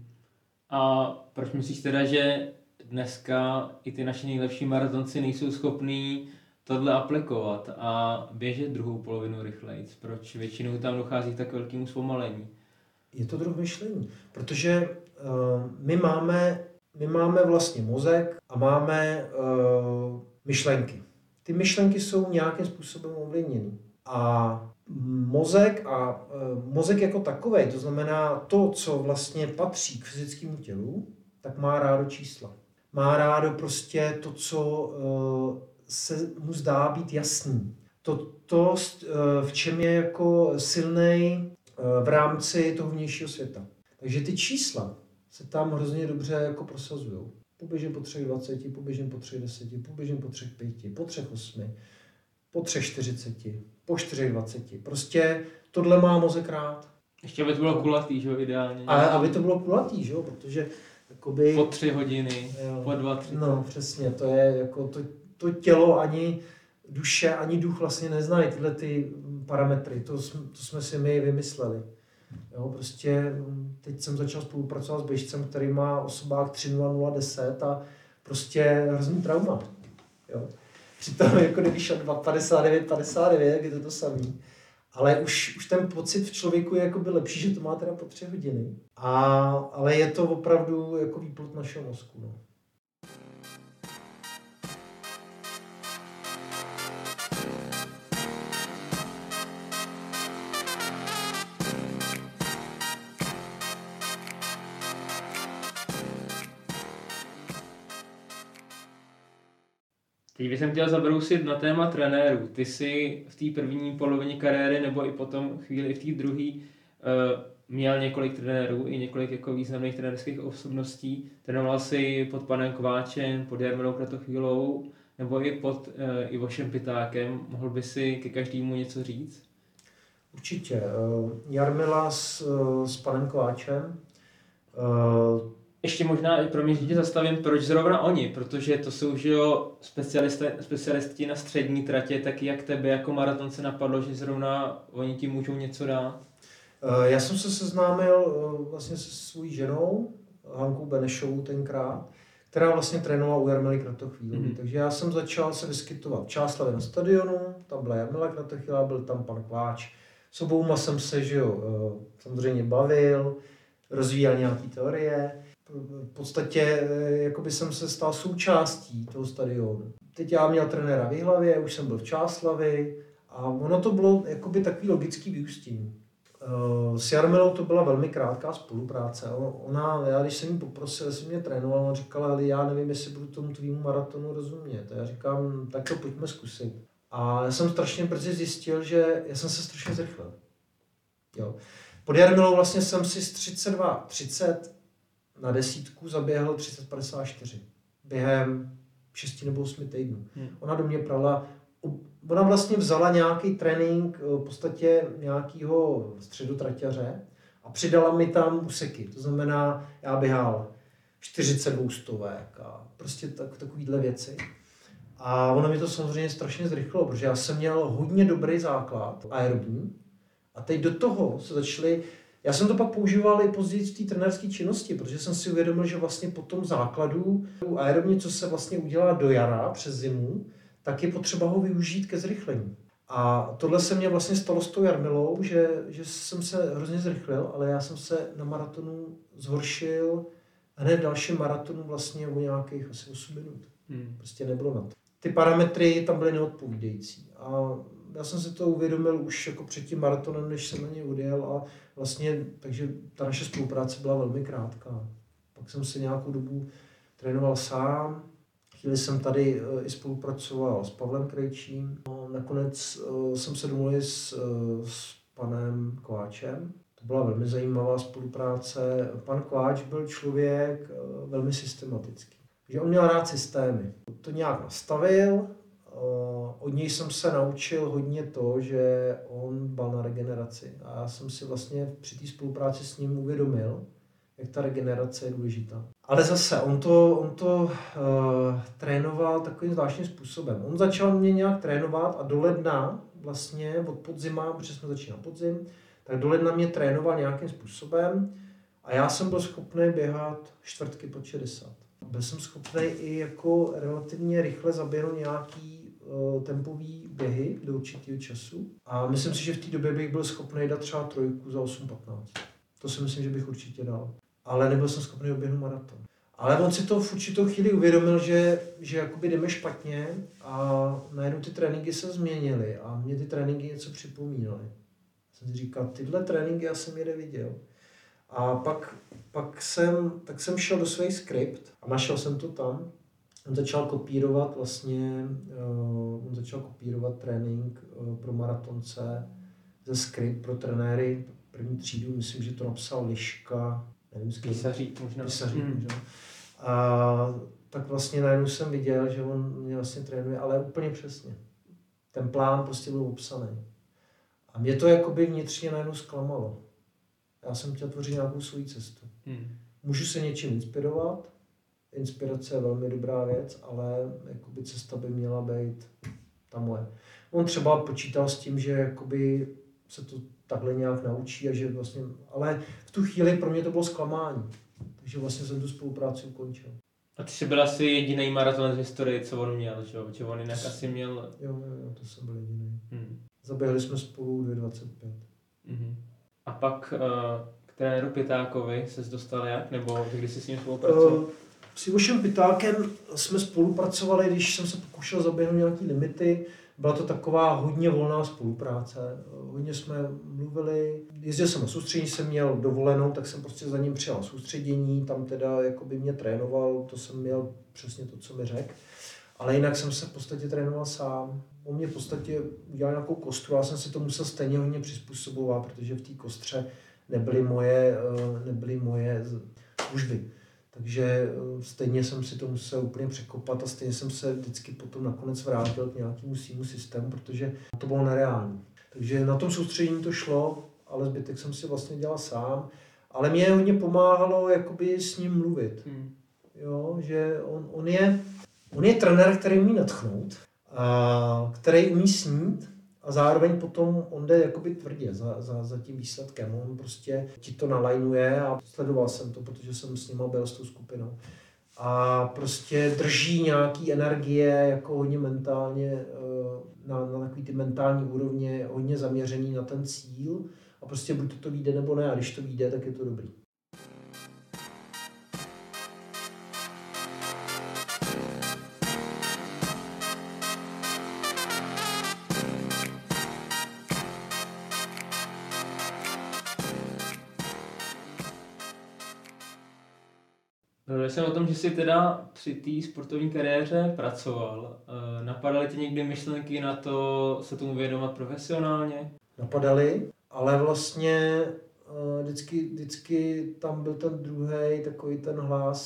A proč myslíš teda, že dneska i ty naši nejlepší maratonci nejsou schopní tohle aplikovat a běžet druhou polovinu rychlejc? Proč většinou tam dochází k tak velkému zpomalení?
Je to druh myšlení, protože uh, my máme My máme vlastně mozek a máme uh, myšlenky. Ty myšlenky jsou nějakým způsobem ovlivněny. A mozek a uh, mozek jako takovej, to znamená to, co vlastně patří k fyzickému tělu, tak má rádo čísla. Má rádo prostě to, co uh, se mu zdá být jasný. To, to uh, v čem je jako silnej uh, v rámci toho vnějšího světa. Takže ty čísla se tam hrozně dobře jako prosazují. Poběžím po třech dvaceti, poběžím po třech deseti, poběžím po třech pěti, po třech osmi, po třech čtyřiceti, po čtyřech dvaceti. Prostě tohle má mozek rád.
Ještě aby to bylo kulatý, že jo, ideálně.
A aby to bylo kulatý, že jo, protože jakoby...
Po tři hodiny, jo. Po dva, tři.
No, přesně, to je jako to, to tělo ani duše, ani duch vlastně neznají tyhle ty parametry. To, to jsme si my vymysleli. Jo, prostě teď jsem začal spolupracovat s běžcem, který má osobák tři nula nula deset a prostě hrozný trauma. Jo. Přitom jako když šel dva padesát devět padesát devět, je to to samý. Ale už, už ten pocit v člověku je jakoby lepší, že to má teda po tři hodiny. A, ale je to opravdu jako výplod našeho mozku. No.
Teď bych jsem chtěl zabrousit na téma trenérů. Ty jsi v té první polovině kariéry nebo i potom chvíli v té druhé uh, měl několik trenérů i několik jako významných trenérských osobností. Trénoval jsi pod panem Kováčem, pod Jarminou Kratochvílou nebo i pod uh, Ivošem Pitákem. Mohl by si ke každému něco říct?
Určitě. Jarmila s, s panem Kováčem.
Ještě možná i pro mě tě zastavím, proč zrovna oni, protože to jsou, že jo, specialisti na střední tratě, tak jak tebe jako maratonce napadlo, že zrovna oni ti můžou něco dát?
Já jsem se seznámil vlastně se svou ženou, Hankou Benešovou tenkrát, která vlastně trénovala u Jarmily Kratochvílové. Mm-hmm. Takže já jsem začal se vyskytovat v Čáslavi na stadionu, tam byla Jarmila Kratochvílová, byl tam pan Kváč. S obouma jsem se, že jo, samozřejmě bavil, rozvíjel nějaké teorie. V podstatě jakoby jsem se stal součástí toho stadionu. Teď já měl trenéra v Jihlavě, už jsem byl v Čáslavi a ono to bylo jakoby takový logický vyústění. S Jarmilou to byla velmi krátká spolupráce. Ona, já když jsem jí poprosil, jestli mě trénovala, ona říkala, ale já nevím, jestli budu tomu tvýmu maratonu rozumět. A já říkám, tak to pojďme zkusit. A já jsem strašně brzy zjistil, že já jsem se strašně zrychlil. Jo. Pod Jarmilou vlastně jsem si z třicet dva třicet na desítku zaběhl třicet padesát čtyři. Během šesti nebo osmi týdnů. Hmm. Ona do mě prala, ona vlastně vzala nějaký trénink v podstatě nějakého středotraťaře a přidala mi tam úseky. To znamená, já běhal čtyřicet dvou stovek a prostě tak, takovýhle věci. A ono mi to samozřejmě strašně zrychlilo, protože já jsem měl hodně dobrý základ aerobní a teď do toho se začaly. Já jsem to pak používal i později v té trenérské činnosti, protože jsem si uvědomil, že vlastně po tom základu aerobně, co se vlastně udělá do jara přes zimu, tak je potřeba ho využít ke zrychlení. A tohle se mě vlastně stalo s tou Jarmilou, že, že jsem se hrozně zrychlil, ale já jsem se na maratonu zhoršil hned v dalším maratonu vlastně o nějakých asi osm minut. Hmm. Prostě nebylo na to. Ty parametry tam byly neodpovídající. A já jsem si to uvědomil už jako před tím maratonem, než jsem na něj odjel a vlastně, takže ta naše spolupráce byla velmi krátká. Pak jsem se nějakou dobu trénoval sám, chvíli jsem tady i spolupracoval s Pavlem Krejčím. No, nakonec jsem se domluvil s, s panem Kováčem. To byla velmi zajímavá spolupráce. Pan Kováč byl člověk velmi systematický. Že on měl rád systémy. To nějak nastavil. Od něj jsem se naučil hodně to, že on dbal na regeneraci. A já jsem si vlastně při té spolupráci s ním uvědomil, jak ta regenerace je důležitá. Ale zase, on to, on to uh, trénoval takovým zvláštním způsobem. On začal mě nějak trénovat a do ledna, vlastně od podzima, protože jsme začínali podzim, tak do ledna mě trénoval nějakým způsobem a já jsem byl schopný běhat čtvrtky pod šedesát. Byl jsem schopný i jako relativně rychle zaběhnout nějaký uh, tempový běhy do určitého času. A myslím si, že v té době bych byl schopný dát třeba trojku za osm patnáct. To si myslím, že bych určitě dal. Ale nebyl jsem schopný oběhnout maraton. Ale on si to v určitou chvíli uvědomil, že, že jakoby jdeme špatně a najednou ty tréninky se změnily a mě ty tréninky něco připomínaly. Jsem si říkal, tyhle tréninky já jsem jede viděl. A pak, pak jsem, tak jsem šel do svých skript a našel jsem to tam. On začal kopírovat vlastně, uh, on začal kopírovat trénink uh, pro maratonce ze skript pro trenéry první třídu, myslím, že to napsal Liška, nevím, s kým.
Písařík možná.
Písařík mm. možná. A tak vlastně najednou jsem viděl, že on mě vlastně trénuje, ale úplně přesně. Ten plán prostě byl obsaný. A mě to jakoby vnitřně najednou zklamalo. Já jsem chtěl tvořit nějakou svou cestu. Mm. Můžu se něčím inspirovat, inspirace je velmi dobrá věc, ale jakoby cesta by měla být ta moje. On třeba počítal s tím, že jakoby se to takhle nějak naučí a že vlastně, ale v tu chvíli pro mě to bylo zklamání. Takže vlastně jsem tu spolupráci ukončil.
A ty jsi byl asi jediný maraton v historii, co on měl, že jo? Že on jinak asi měl...
Jo, jo, jo, to jsem byl jediný. Hmm. Zaběhli jsme spolu dvě dvacet pět.
Hmm. A pak uh, k trenéru Pitákovi ses dostal jak? Nebo kdy jsi s ním spolupracoval? Uh,
s Ivošem Pitákem jsme spolupracovali, když jsem se pokoušel zaběhnout nějaký limity. Byla to taková hodně volná spolupráce. Hodně jsme mluvili. Jezdil jsem na soustředění, jsem měl dovolenou, tak jsem prostě za ním přijal soustředění. Tam teda jakoby mě trénoval, to jsem měl přesně to, co mi řekl. Ale jinak jsem se v podstatě trénoval sám. On mě v podstatě udělal nějakou kostru, já jsem si to musel stejně hodně přizpůsobovat, protože v té kostře nebyly moje, nebyly moje služby. Takže stejně jsem si to musel úplně překopat a stejně jsem se vždycky potom nakonec vrátil k nějakému svýmu systému, protože to bylo nereálné. Takže na tom soustředění to šlo, ale zbytek jsem si vlastně dělal sám. Ale mě hodně pomáhalo jakoby s ním mluvit. Hmm. Jo, že on, on, je, on je trenér, který umí nadchnout, a který umí snít a zároveň potom on jde jakoby tvrdě za, za, za tím výsledkem. On prostě ti to nalajnuje a sledoval jsem to, protože jsem s nima byl s tou skupinou. A prostě drží nějaký energie jako hodně mentálně, na, na takový ty mentální úrovně, hodně zaměřený na ten cíl a prostě buď to, to vyjde nebo ne a když to vyjde, tak je to dobrý.
Mluvil jsem o tom, že jsi teda při té sportovní kariéře pracoval. Napadaly ti někdy myšlenky na to se tomu věnovat profesionálně?
Napadaly, ale vlastně vždycky, vždycky tam byl ten druhý takový ten hlas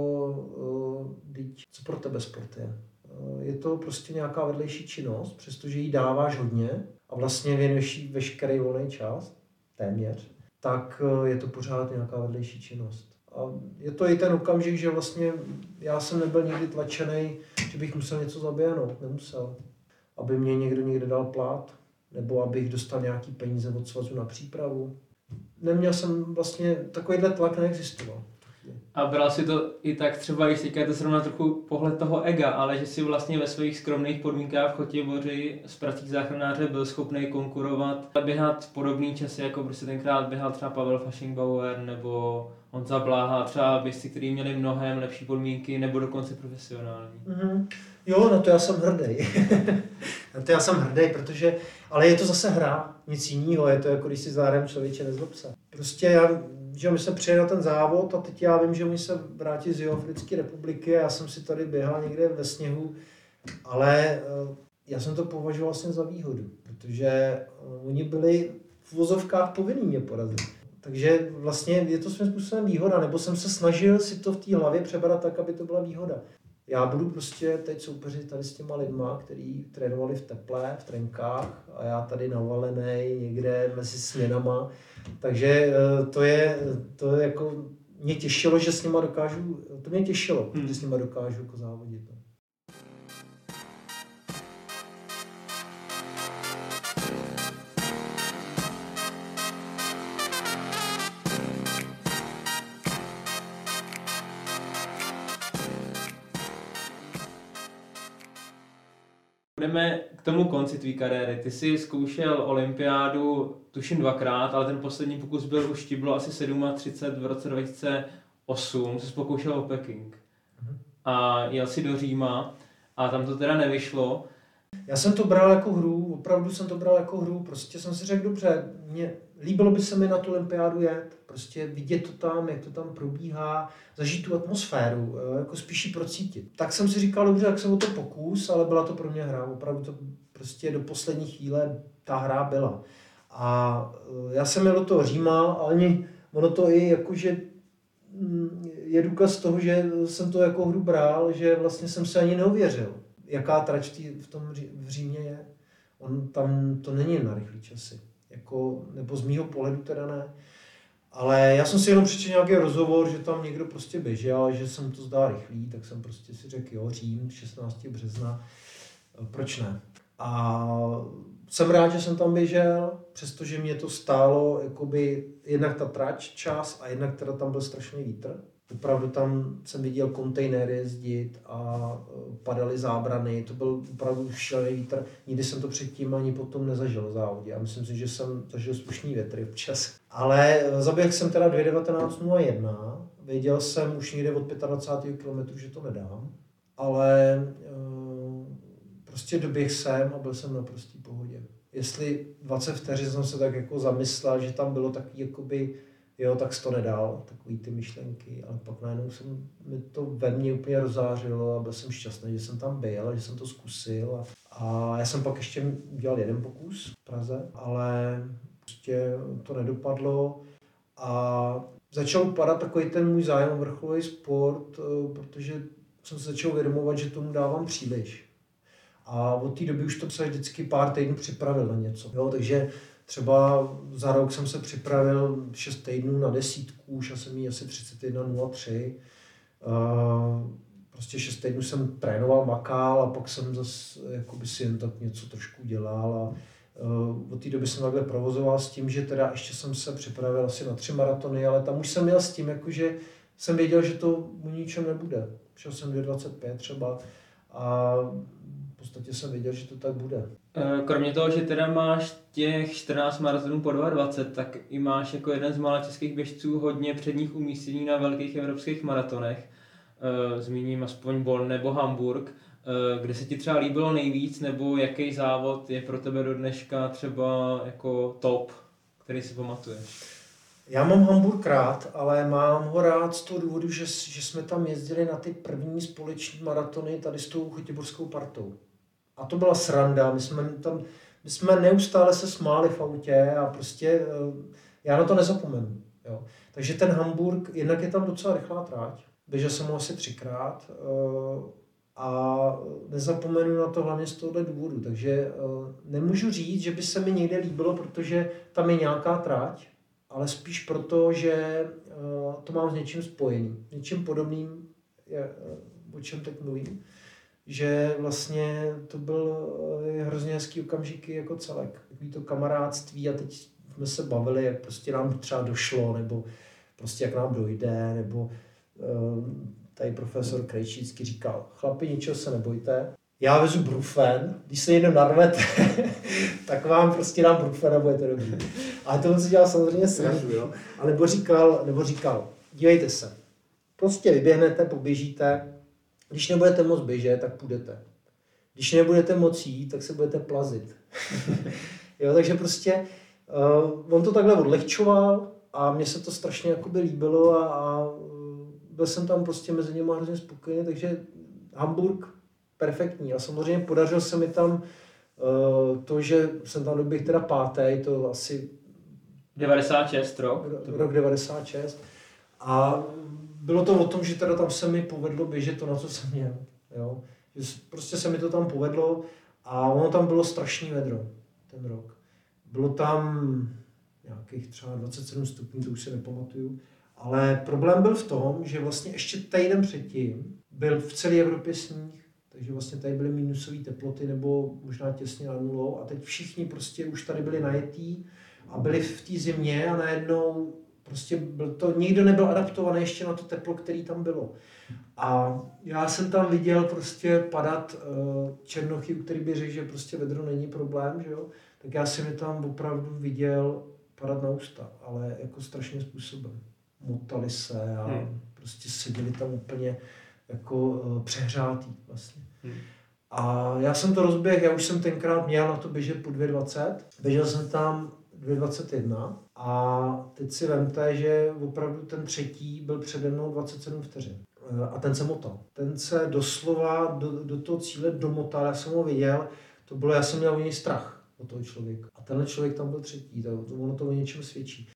jako co pro tebe sport je. Je to prostě nějaká vedlejší činnost, přestože jí dáváš hodně a vlastně věnuješ jí veškerý volný čas, téměř, tak je to pořád nějaká vedlejší činnost. A je to i ten okamžik, že vlastně já jsem nebyl nikdy tlačený, že bych musel něco zaběhnout, nemusel. Aby mě někdo někde dal plat, nebo abych dostal nějaký peníze od svazu na přípravu. Neměl jsem vlastně, takovýhle tlak neexistoval.
A bral si to i tak třeba, když teďka je to zrovna trochu pohled toho ega, ale že si vlastně ve svých skromných podmínkách v Chotěboři z prací záchranáře byl schopný konkurovat a běhat podobný časy, jako prostě tenkrát běhal třeba Pavel Faschingbauer nebo Honza Bláha, třeba běžci, kteří měli mnohem lepší podmínky nebo dokonce profesionální.
Mm-hmm. Jo, na to já jsem hrdý. Na to já jsem hrdý, protože, ale je to zase hra, nic jiného, je to jako když si záhrem člověče nezlob se. Prostě já, že my jsme přijeli na ten závod a teď já vím, že oni se vrátí z Jihoafrické republiky a já jsem si tady běhal někde ve sněhu, ale já jsem to považoval vlastně za výhodu, protože oni byli v vozovkách povinní mě porazit. Takže vlastně je to svým způsobem výhoda, nebo jsem se snažil si to v té hlavě přebrat tak, aby to byla výhoda. Já budu prostě teď soupeřit tady s těma lidma, kteří trénovali v teple, v trenkách a já tady navalený někde mezi směnama. Takže to je, to je jako, mě těšilo, že s nima dokážu, to mě těšilo, hmm. že s nima dokážu jako závodit.
Budeme k tomu konci tvý kariéry. Ty jsi zkoušel olympiádu tuším dvakrát, ale ten poslední pokus byl už ti bylo asi třicet sedm v roce dva tisíce osm, jsi pokoušel o Peking. A jel si do Říma a tam to teda nevyšlo.
Já jsem to bral jako hru, opravdu jsem to bral jako hru, prostě jsem si řekl, dobře, mě, líbilo by se mi na tu olympiádu jet, prostě vidět to tam, jak to tam probíhá, zažít tu atmosféru, jako spíš ji procítit. Tak jsem si říkal, dobře, tak jsem o to pokus, ale byla to pro mě hra, opravdu to prostě do poslední chvíle ta hra byla. A já jsem jel do toho Říma, ale ono to i jakože je důkaz toho, že jsem to jako hru bral, že vlastně jsem se ani neuvěřil, jaká trať v tom v Římě je. On tam to není na rychlý časy. Jako, nebo z mýho pohledu teda ne. Ale já jsem si jenom přečetl nějaký rozhovor, že tam někdo prostě běžel, že se mu to zdá rychlý, tak jsem prostě si řekl, jo, Řím, šestnáctého března, proč ne? A jsem rád, že jsem tam běžel, přestože mě to stálo jakoby jednak ta trať čas a jednak teda tam byl strašný vítr. Opravdu tam jsem viděl kontejnery jezdit a padaly zábrany, to byl opravdu šílený vítr. Nikdy jsem to předtím ani potom nezažil v závodě a myslím si, že jsem zažil slušný větry občas. Ale zaběhl jsem teda dvě devatenáct nula jedna, věděl jsem už někde od dvacátého pátého kilometru, že to nedám, ale prostě doběhl jsem a byl jsem na prostý pohodě. Jestli dvacet vteřin jsem se tak jako zamyslel, že tam bylo takový jakoby jo, tak to nedal, takový ty myšlenky, ale pak najednou jsem, mi to ve mně úplně rozářilo a byl jsem šťastný, že jsem tam byl, že jsem to zkusil. A, a já jsem pak ještě udělal jeden pokus v Praze, ale prostě to nedopadlo a začal padat takový ten můj zájem o vrcholový sport, protože jsem se začal uvědomovat, že tomu dávám příliš. A od té doby už to se vždycky pár týdnů připravil na něco. Jo, takže třeba za rok jsem se připravil šest týdnů na desítku, šel jsem jí asi třicet jedna nula tři. Uh, prostě šest týdnů jsem trénoval, makal a pak jsem zase jakoby si jen tak něco trošku dělal. A uh, od té doby jsem takhle provozoval s tím, že teda ještě jsem se připravil asi na tři maratony, ale tam už jsem měl s tím, jakože jsem věděl, že to u ničem nebude. Šel jsem dvě dvacet pět třeba a v podstatě jsem věděl, že to tak bude.
Kromě toho, že teda máš těch čtrnáct maratonů po dvacet dva, tak i máš jako jeden z mála českých běžců hodně předních umístění na velkých evropských maratonech. Zmíním aspoň Bonn nebo Hamburg. Kde se ti třeba líbilo nejvíc, nebo jaký závod je pro tebe do dneška třeba jako top, který si pamatuješ?
Já mám Hamburg rád, ale mám ho rád z toho důvodu, že, že jsme tam jezdili na ty první společní maratony tady s tou chotěborskou partou. A to byla sranda, my jsme tam, my jsme neustále se smáli v autě a prostě já na to nezapomenu. Jo. Takže ten Hamburg, jednak je tam docela rychlá tráť, běžel jsem ho asi třikrát a nezapomenu na to hlavně z tohohle důvodu. Takže nemůžu říct, že by se mi někde líbilo, protože tam je nějaká tráť, ale spíš proto, že to mám s něčím spojený, něčím podobným, o čem teď mluvím, že vlastně to byl hrozně hezký okamžiky jako celek. Takový to kamarádství a teď jsme se bavili, jak prostě nám třeba došlo, nebo prostě jak nám dojde, nebo tady profesor Krejčícký říkal, chlapi, ničeho se nebojte, já vezu brufen, když se někdo narvete, tak vám prostě dám brufen a budete dobrý. Ale to on si dělal samozřejmě srandu, jo. A nebo říkal, nebo říkal, dívejte se, prostě vyběhnete, poběžíte, když nebudete moc běžet, tak půjdete. Když nebudete moc jít, tak se budete plazit. Jo, takže prostě uh, on to takhle odlehčoval a mně se to strašně jakoby líbilo a, a byl jsem tam prostě mezi nimi hrozně spokojený, takže Hamburg perfektní. A samozřejmě podařilo se mi tam uh, to, že jsem tam doběhl teda pátý, to asi
devadesát šest rok.
Rok devadesát šest. A bylo to o tom, že teda tam se mi povedlo běžet to, na co jsem měl. Jo? Že prostě se mi to tam povedlo a ono tam bylo strašný vedro ten rok. Bylo tam nějakých třeba dvacet sedm stupňů, to už si nepamatuju. Ale problém byl v tom, že vlastně ještě týden předtím byl v celé Evropě sníh. Takže vlastně tady byly minusové teploty nebo možná těsně nad nulou a teď všichni prostě už tady byli najetí a byli v té zimě a najednou prostě byl to, nikdo nebyl adaptovaný ještě na to teplo, který tam bylo. A já jsem tam viděl prostě padat uh, černochy, u který by řekl, že prostě vedro není problém, že jo? Tak já jsem je tam opravdu viděl padat na ústa, ale jako strašným způsobem. Motali se a hmm. prostě seděli tam úplně jako uh, přehřátý vlastně. Hmm. A já jsem to rozběhl, já už jsem tenkrát měl na to běžet po dvě dvacet, běžel jsem tam dvě dvacet jedna a teď si vemte, že opravdu ten třetí byl přede mnou dvacet sedm vteřin. A ten se motal. Ten se doslova do, do toho cíle domotal, já jsem ho viděl, to bylo, já jsem měl o něj strach, o toho člověka. A tenhle člověk tam byl třetí, to, to, ono to o něčem svědčí.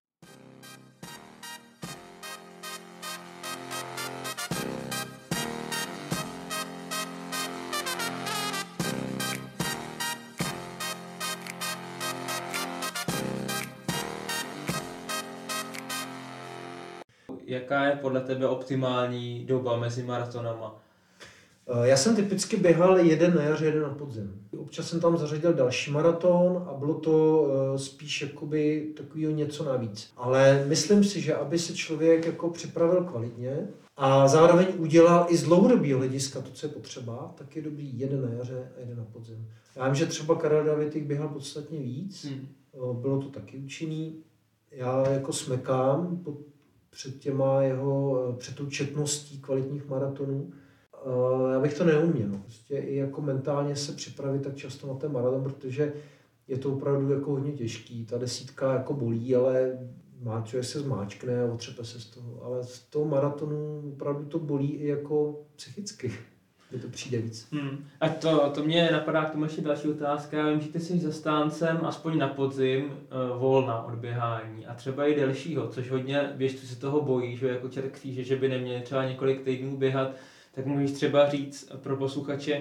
Jaká je podle tebe optimální doba mezi maratonama?
Já jsem typicky běhal jeden na jaře, jeden na podzim. Občas jsem tam zařadil další maraton a bylo to spíš jakoby takového něco navíc. Ale myslím si, že aby se člověk jako připravil kvalitně a zároveň udělal i z dlouhodobého hlediska to, co je potřeba, tak je dobrý jeden na jaře a jeden na podzim. Já vím, že třeba Karel David běhal podstatně víc, hmm. bylo to taky účinný. Já jako smekám pod před těma jeho, před tou četností kvalitních maratonů. Já bych to neuměl. Prostě i jako mentálně se připravit tak často na ten maraton, protože je to opravdu jako hodně těžký. Ta desítka jako bolí, ale má člověk se zmáčkne a otřepe se z toho. Ale z toho maratonu opravdu to bolí i jako psychicky. Kdy to přijde víc.
Hmm. A to, to mě napadá k tomu ještě další otázka. Já vím, že ty jsi zastáncem aspoň na podzim uh, volna od běhání a třeba i delšího, což hodně běžců se toho bojí, že jako Čert kříže, že by neměli třeba několik týdnů běhat, tak můžeš třeba říct pro posluchače,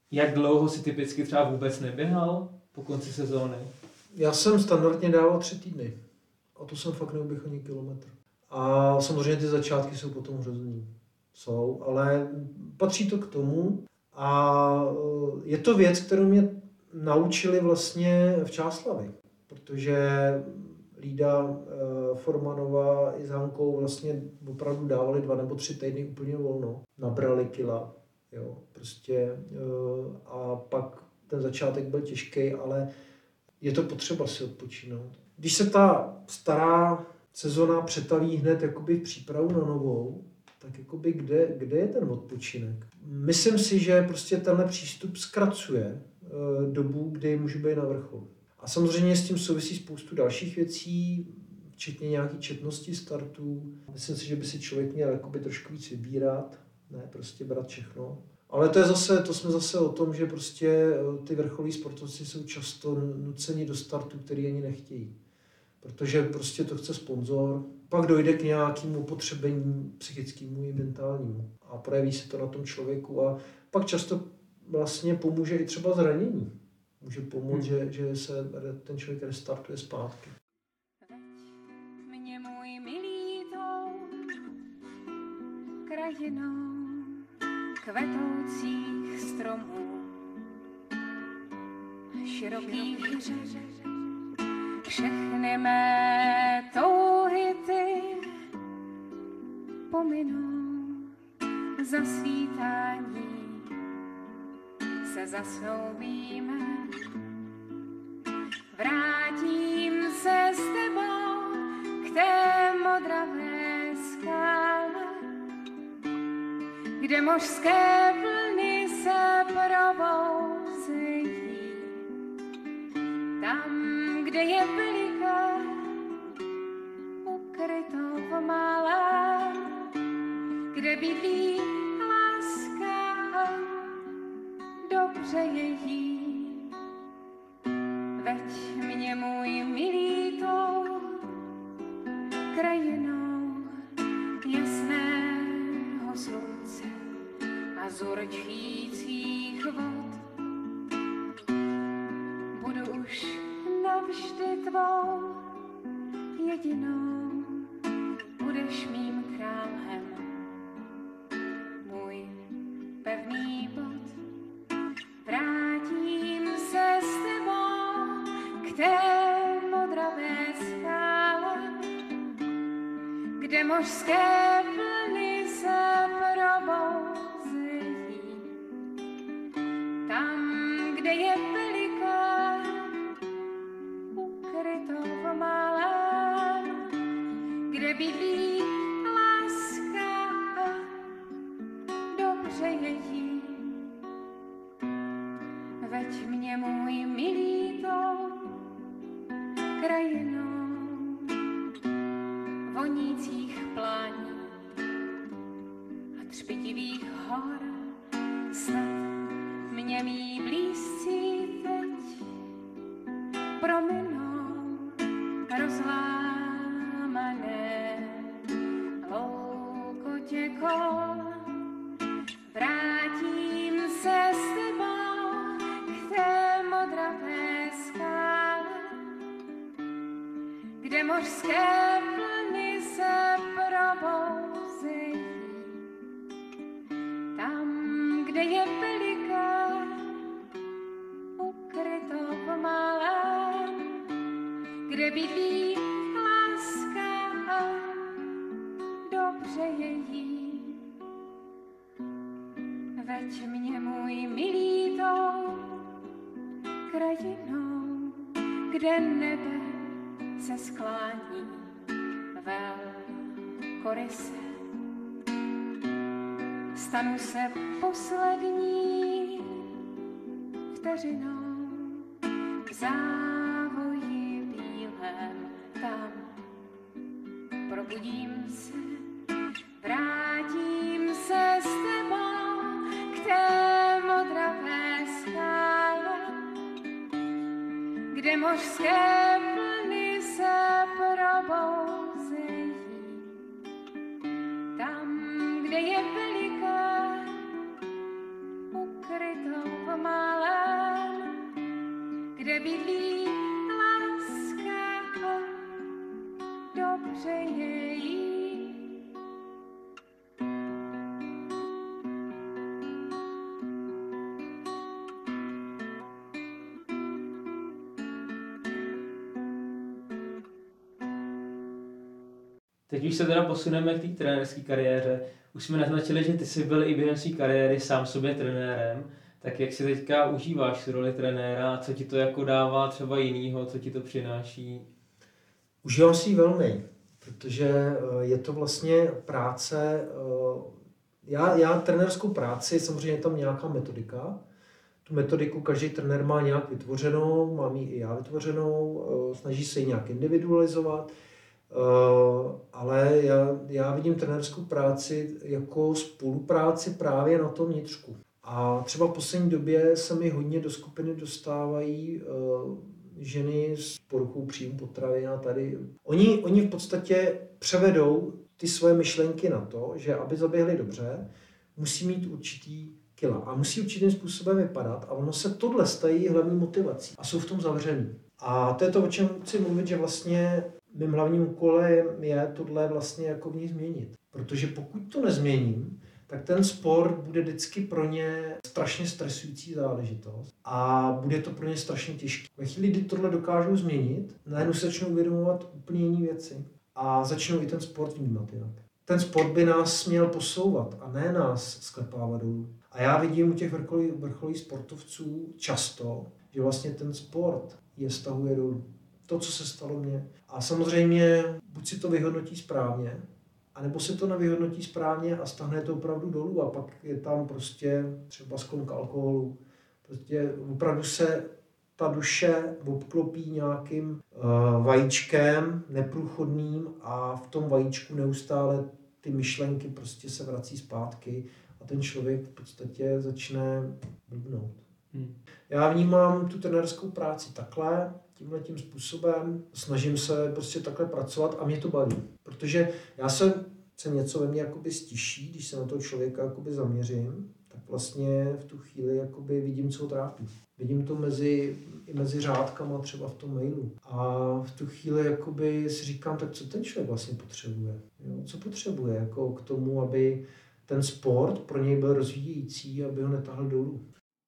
Jak dlouho si typicky třeba vůbec neběhal po konci sezóny?
Já jsem standardně dával tři týdny. A to jsem fakt neuběhl ani kilometr. A samozřejmě ty začátky jsou potom hrozný. Jsou, ale patří to k tomu. A je to věc, kterou mě naučili vlastně v Čáslavi. Protože Lída Formanová i s Hankou vlastně opravdu dávali dva nebo tři týdny úplně volno. Nabrali kila. Jo, prostě, a pak ten začátek byl těžký, ale je to potřeba si odpočinout. Když se ta stará sezona přetaví hned jakoby v přípravu na novou, tak jakoby kde, kde je ten odpočinek? Myslím si, že prostě tenhle přístup zkracuje dobu, kdy můžu být na vrcholu. A samozřejmě s tím souvisí spoustu dalších věcí, včetně nějaký četnosti startů. Myslím si, že by si člověk měl jakoby trošku víc vybírat, ne prostě brát všechno. Ale to je zase, to jsme zase o tom, že prostě ty vrcholoví sportovci jsou často nuceni do startu, který ani nechtějí. Protože prostě to chce sponzor, pak dojde k nějakému potřebení psychickému i mentálnímu a projeví se to na tom člověku a pak často vlastně pomůže i třeba zranění. Může pomoct, hmm. že, že se ten člověk restartuje zpátky.
Veď mě můj milý tou krajinou kvetoucích stromů, širokých řek, všechny mé touhy ty pominou, zasvítání se zasnoubíme, vrátím se s tebou k té modravé skále, kde mořské vlny se probouzejí. Tam, kde je veliká, ukryto v malém, kde bydlí láska a dobře je jí. Veď mě můj milý tou krajinou jasného slunce a zurčících vod. Budu už navždy tvou jedinou, budeš mým králem, můj pevný bod. Vrátím se s tebou k té modravé skále, kde mořské vlny se probouzejí. Tam, kde je veliká, ukryto v malém, kde bydlí láska a dobře je jí. Veď mě můj milý tou krajinou vonících plání a třpitivých hor, snad mě mý blízcí teď prominou rozlámané loukotě kol. Vrátím se s tebou k té modravé skále, kde mořské vlny se probouzejí. Tam, kde je veliká, ukryto v malém, kde bydlí láska a dobře je jí. Veď mě můj milý tou krajinou, kde nebe se sklání velkoryse. Stanu se poslední vteřinou v závoji bílém, tam probudím se, vrátím se s tebou k té modravé skále, kde mořské vlny se probouzejí. Tam, kde je veliká, ukryto v
Teď už se teda posuneme k té trenérské kariéře. Už jsme naznačili, že ty jsi byl i během své kariéry sám sobě trenérem. Tak jak si teďka užíváš roli trenéra? Co ti to jako dává třeba jinýho? Co ti to přináší?
Užívám si ji velmi, protože je to vlastně práce. Já, já trenérskou práci, samozřejmě je tam nějaká metodika. Tu metodiku každý trenér má nějak vytvořenou, mám ji i já vytvořenou, snaží se ji nějak individualizovat. Uh, ale já, já vidím trenérskou práci jako spolupráci právě na tom vnitřku. A třeba v poslední době se mi hodně do skupiny dostávají uh, ženy s poruchou příjmu potravy a tady. Oni, oni v podstatě převedou ty svoje myšlenky na to, že aby zaběhly dobře, musí mít určitý kila a musí určitým způsobem vypadat a ono se tohle stají hlavní motivací a jsou v tom zavřený. A to je to, o čem chci mluvit, že vlastně mým hlavním úkolem je tohle vlastně jako v ní změnit. Protože pokud to nezměním, tak ten sport bude vždycky pro ně strašně stresující záležitost a bude to pro ně strašně těžké. Ve chvíli, kdy tohle dokážou změnit, najednou se začnou uvědomovat úplně jiné věci a začnou i ten sport vnímat jinak. Ten sport by nás měl posouvat a ne nás sklepávat dolů. A já vidím u těch vrcholí, vrcholých sportovců často, že vlastně ten sport je stahuje dolů. To, co se stalo mně. A samozřejmě buď si to vyhodnotí správně, anebo si to nevyhodnotí správně a stahne to opravdu dolů a pak je tam prostě třeba sklonka alkoholu. Prostě opravdu se ta duše obklopí nějakým uh, vajíčkem neprůchodným a v tom vajíčku neustále ty myšlenky prostě se vrací zpátky a ten člověk v podstatě začne blbnout. Hmm. Já vnímám tu trenérskou práci takhle, tímhle tím způsobem, snažím se prostě takhle pracovat a mě to baví, protože já se, se něco ve mně jakoby stiší, když se na toho člověka jakoby zaměřím, tak vlastně v tu chvíli jakoby vidím, co ho trápí. Vidím to mezi, i mezi řádkama třeba v tom mailu. A v tu chvíli jakoby si říkám, tak co ten člověk vlastně potřebuje? Jo? Co potřebuje jako k tomu, aby ten sport pro něj byl rozvíjející, aby ho netáhl dolů.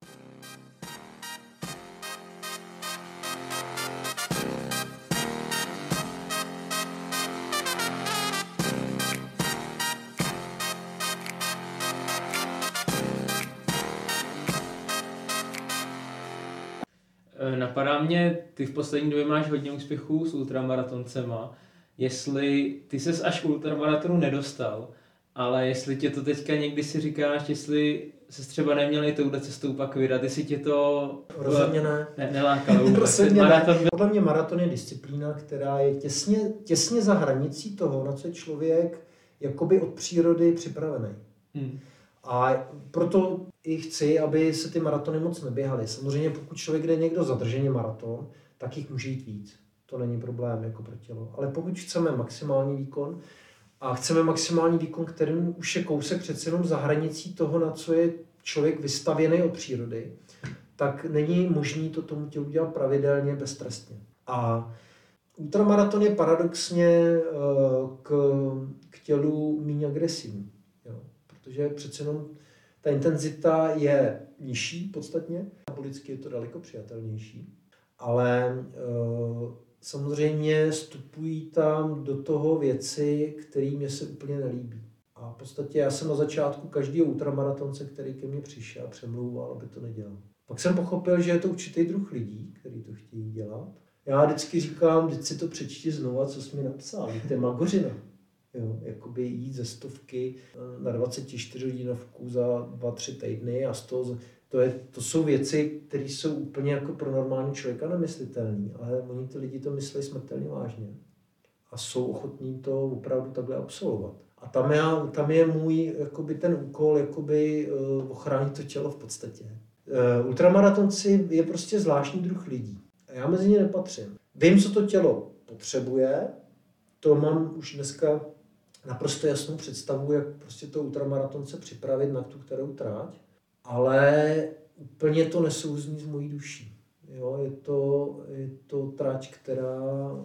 Napadá mě, ty v poslední době máš hodně úspěchů s ultramaratoncema. Jestli ty ses až k ultramaratonu nedostal, ale jestli tě to teďka někdy si říkáš, jestli ses třeba neměl i touhle cestou pak vydat, jestli tě to
rozhodně ne.
ne nelákalo.
Rozhodně maraton ne. Podle mě maraton je disciplína, která je těsně, těsně za hranicí toho, na co je člověk jakoby od přírody připravený. Hmm. A proto i chci, aby se ty maratony moc neběhaly. Samozřejmě pokud člověk jde někdo zadrženě maraton, tak jich může jít víc. To není problém jako pro tělo. Ale pokud chceme maximální výkon a chceme maximální výkon, kterým už je kousek přece jenom za hranicí toho, na co je člověk vystavěný od přírody, tak není možné to tomu tělu dělat pravidelně beztrestně. A ultramaraton je paradoxně k, k tělu méně agresivní. Protože přece jenom ta intenzita je nižší podstatně, politicky je to daleko přijatelnější, ale e, samozřejmě vstupují tam do toho věci, které mě se úplně nelíbí. A v podstatě já jsem na začátku každého ultramaratonce, který ke mně přišel, přemlouval, aby to nedělal. Pak jsem pochopil, že je to určitý druh lidí, kteří to chtějí dělat. Já vždycky říkám, vždyť si to přečti znova, co jsi mi napsal, to je magořina. Jo, jakoby jít ze stovky na dvacet čtyři hodinovku za dva tři týdny a z toho, to, je, to jsou věci, které jsou úplně jako pro normální člověka nemyslitelné, ale oni ty lidi to myslí smrtelně vážně a jsou ochotní to opravdu takhle absolvovat. A tam, já, tam je můj jakoby ten úkol jakoby, uh, ochránit to tělo v podstatě. Uh, ultramaratonci je prostě zvláštní druh lidí a já mezi ně nepatřím. Vím, co to tělo potřebuje, to mám už dneska naprosto jasnou představu, jak prostě to ultramaratonce připravit na tu kterou tráť, ale úplně to nesouzní s mojí duší. Jo, je to, je to trať, která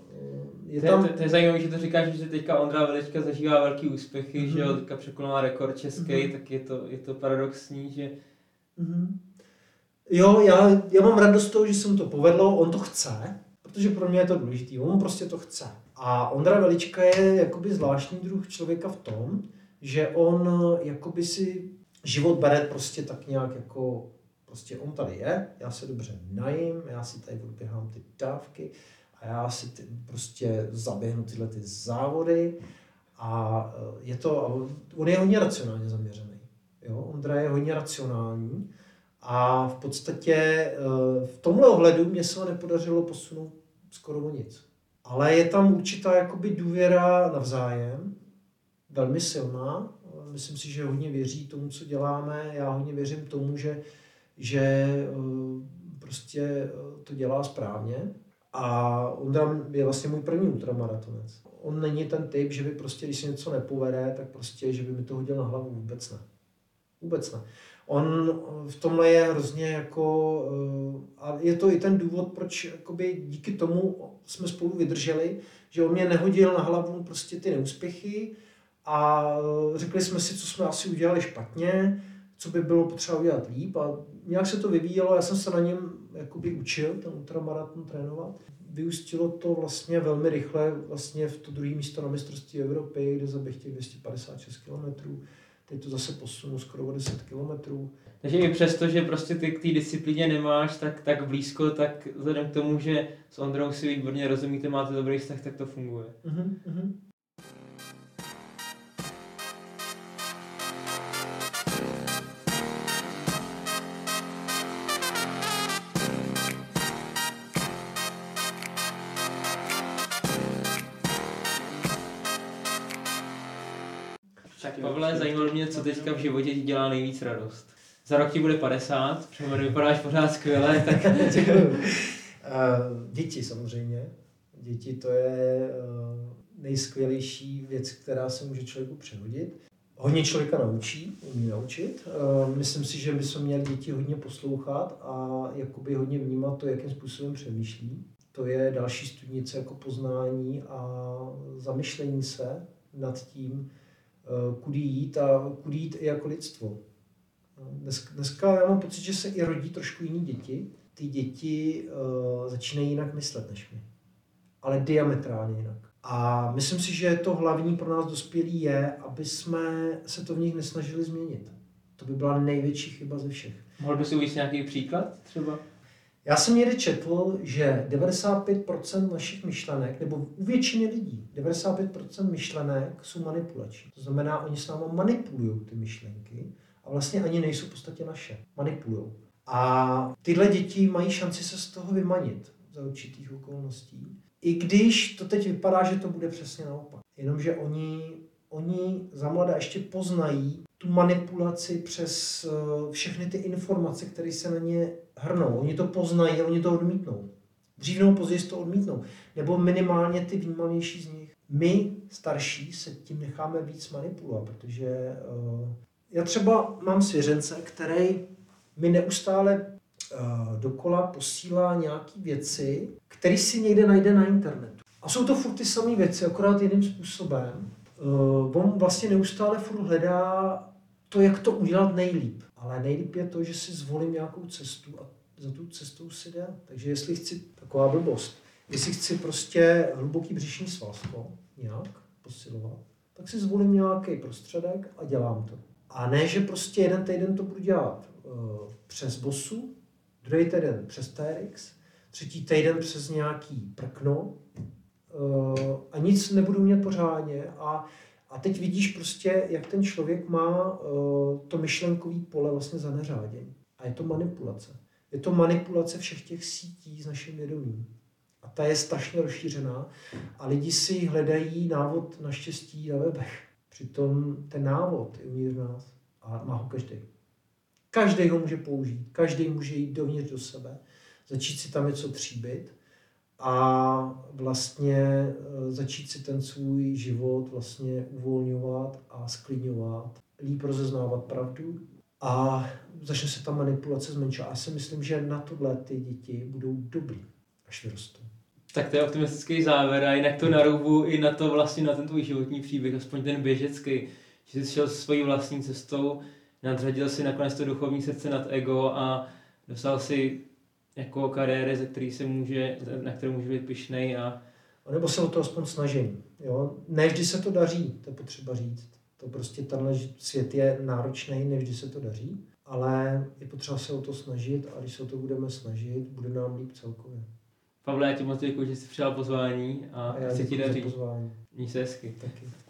je
to,
tam...
To, to je zajímavé, že to říkáš, že teďka Ondra Velička zažívá velký úspěchy, mm-hmm. že jo, teďka překonala rekord český, mm-hmm. tak je to, je to paradoxní, že...
Mm-hmm. Jo, já, já mám radost z toho, že se mu to povedlo, on to chce, protože pro mě je to důležitý, on prostě to chce. A Ondra Velička je jakoby zvláštní druh člověka v tom, že on jakoby si život bere prostě tak nějak jako, prostě on tady je, já se dobře najím, já si tady odběhám ty dávky a já si ty, prostě zaběhnu tyhle ty závody a je to, on je hodně racionálně zaměřený. Jo? Ondra je hodně racionální a v podstatě v tomhle ohledu mě se nepodařilo posunout skoro o nic. Ale je tam určitá jakoby důvěra navzájem, velmi silná. Myslím si, že hodně věří tomu, co děláme. Já hodně věřím tomu, že, že prostě to dělá správně. A Ondra je vlastně můj první ultramaratonec. On není ten typ, že by prostě, když se něco nepovede, tak prostě, že by mi to hodil na hlavu. Vůbec ne. Vůbec ne. On v tomhle je hrozně jako, a je to i ten důvod, proč jakoby díky tomu jsme spolu vydrželi, že on mě nehodil na hlavu prostě ty neúspěchy a řekli jsme si, co jsme asi udělali špatně, co by bylo potřeba udělat líp a nějak se to vyvíjelo, já jsem se na něm jakoby učil, ten ultramaraton trénovat. Vyústilo to vlastně velmi rychle vlastně v to druhé místo na mistrovství Evropy, kde zaběh těch dvě stě padesát šest kilometrů. Teď to zase posunu skoro o deset kilometrů.
Takže i přesto, že prostě ty k té disciplíně nemáš tak, tak blízko, tak vzhledem k tomu, že s Ondrou si výborně rozumíte, máte dobrý vztah, tak to funguje.
Uh-huh, uh-huh.
Tak Pavle, zajímalo mě, co teďka v životě ti dělá nejvíc radost. Za rok ti bude padesát, protože vypadáš pořád skvěle, tak...
Děti samozřejmě. Děti to je nejskvělejší věc, která se může člověku přehodit. Hodně člověka naučí, umí naučit. Myslím si, že bychom měli děti hodně poslouchat a jakoby hodně vnímat to, jakým způsobem přemýšlí. To je další studnice jako poznání a zamyšlení se nad tím, kudy jít a kudy jít i jako lidstvo. Dnes, dneska já mám pocit, že se i rodí trošku jiný děti. Ty děti uh, začínají jinak myslet než my. Ale diametrálně jinak. A myslím si, že to hlavní pro nás dospělí je, aby jsme se to v nich nesnažili změnit. To by byla největší chyba ze všech.
Mohl bys uvést nějaký příklad třeba?
Já jsem někde četl, že devadesát pět procent našich myšlenek, nebo u většiny lidí, devadesát pět procent myšlenek jsou manipulační. To znamená, oni s námi manipulují ty myšlenky a vlastně ani nejsou v podstatě naše. Manipulují. A tyhle děti mají šanci se z toho vymanit za určitých okolností. I když to teď vypadá, že to bude přesně naopak. Jenomže oni, oni za mladá ještě poznají tu manipulaci přes všechny ty informace, které se na ně hrnou. Oni to poznají a oni to odmítnou. Dřív nebo později to odmítnou. Nebo minimálně ty vnímavější z nich. My, starší, se tím necháme víc manipulovat, protože uh, já třeba mám svěřence, který mi neustále uh, dokola posílá nějaké věci, které si někde najde na internetu. A jsou to furt ty samé věci, akorát jiným způsobem. Uh, on vlastně neustále furt hledá to, jak to udělat nejlíp. Ale nejlíp je to, že si zvolím nějakou cestu a za tu cestou si jde. Takže jestli chci, taková blbost, jestli chci prostě hluboký břišní svalstvo nějak posilovat, tak si zvolím nějaký prostředek a dělám to. A ne, že prostě jeden týden to budu dělat uh, přes bosu, druhý týden přes T R X, třetí týden přes nějaký prkno uh, a nic nebudu mít pořádně. A, a teď vidíš prostě, jak ten člověk má uh, to myšlenkový pole vlastně zaneřádění. A je to manipulace. Je to manipulace všech těch sítí s naším vědomím. A ta je strašně rozšířená a lidi si hledají návod na štěstí na webech. Přitom ten návod je uvnitř nás a má ho každý. Každý ho může použít, každý může jít dovnitř do sebe, začít si tam něco tříbit a vlastně začít si ten svůj život vlastně uvolňovat a sklidňovat, líp rozeznávat pravdu a začne se ta manipulace zmenšovat. Já si myslím, že na tohle ty děti budou dobrý, až vyrostou.
Tak to je optimistický závěr a jinak to naroubu i na to vlastně na ten tvůj životní příběh, aspoň ten běžecký, že jsi šel svojí vlastní cestou, nadřadil si nakonec to duchovní srdce nad ego a dostal si jako kariéry, ze který se může, na kterou může být pyšnej a...
A nebo se o to aspoň snažím. Jo? Ne vždy se to daří, to je potřeba říct. To prostě tenhle svět je náročný, nevždy se to daří, ale je potřeba se o to snažit a když se o to budeme snažit, bude nám líp celkově.
Pavle, já ti moc děkuji, že jsi přijal pozvání a,
A já
se ti
děkuji za
daří.
pozvání.
Měj se hezky.
Taky.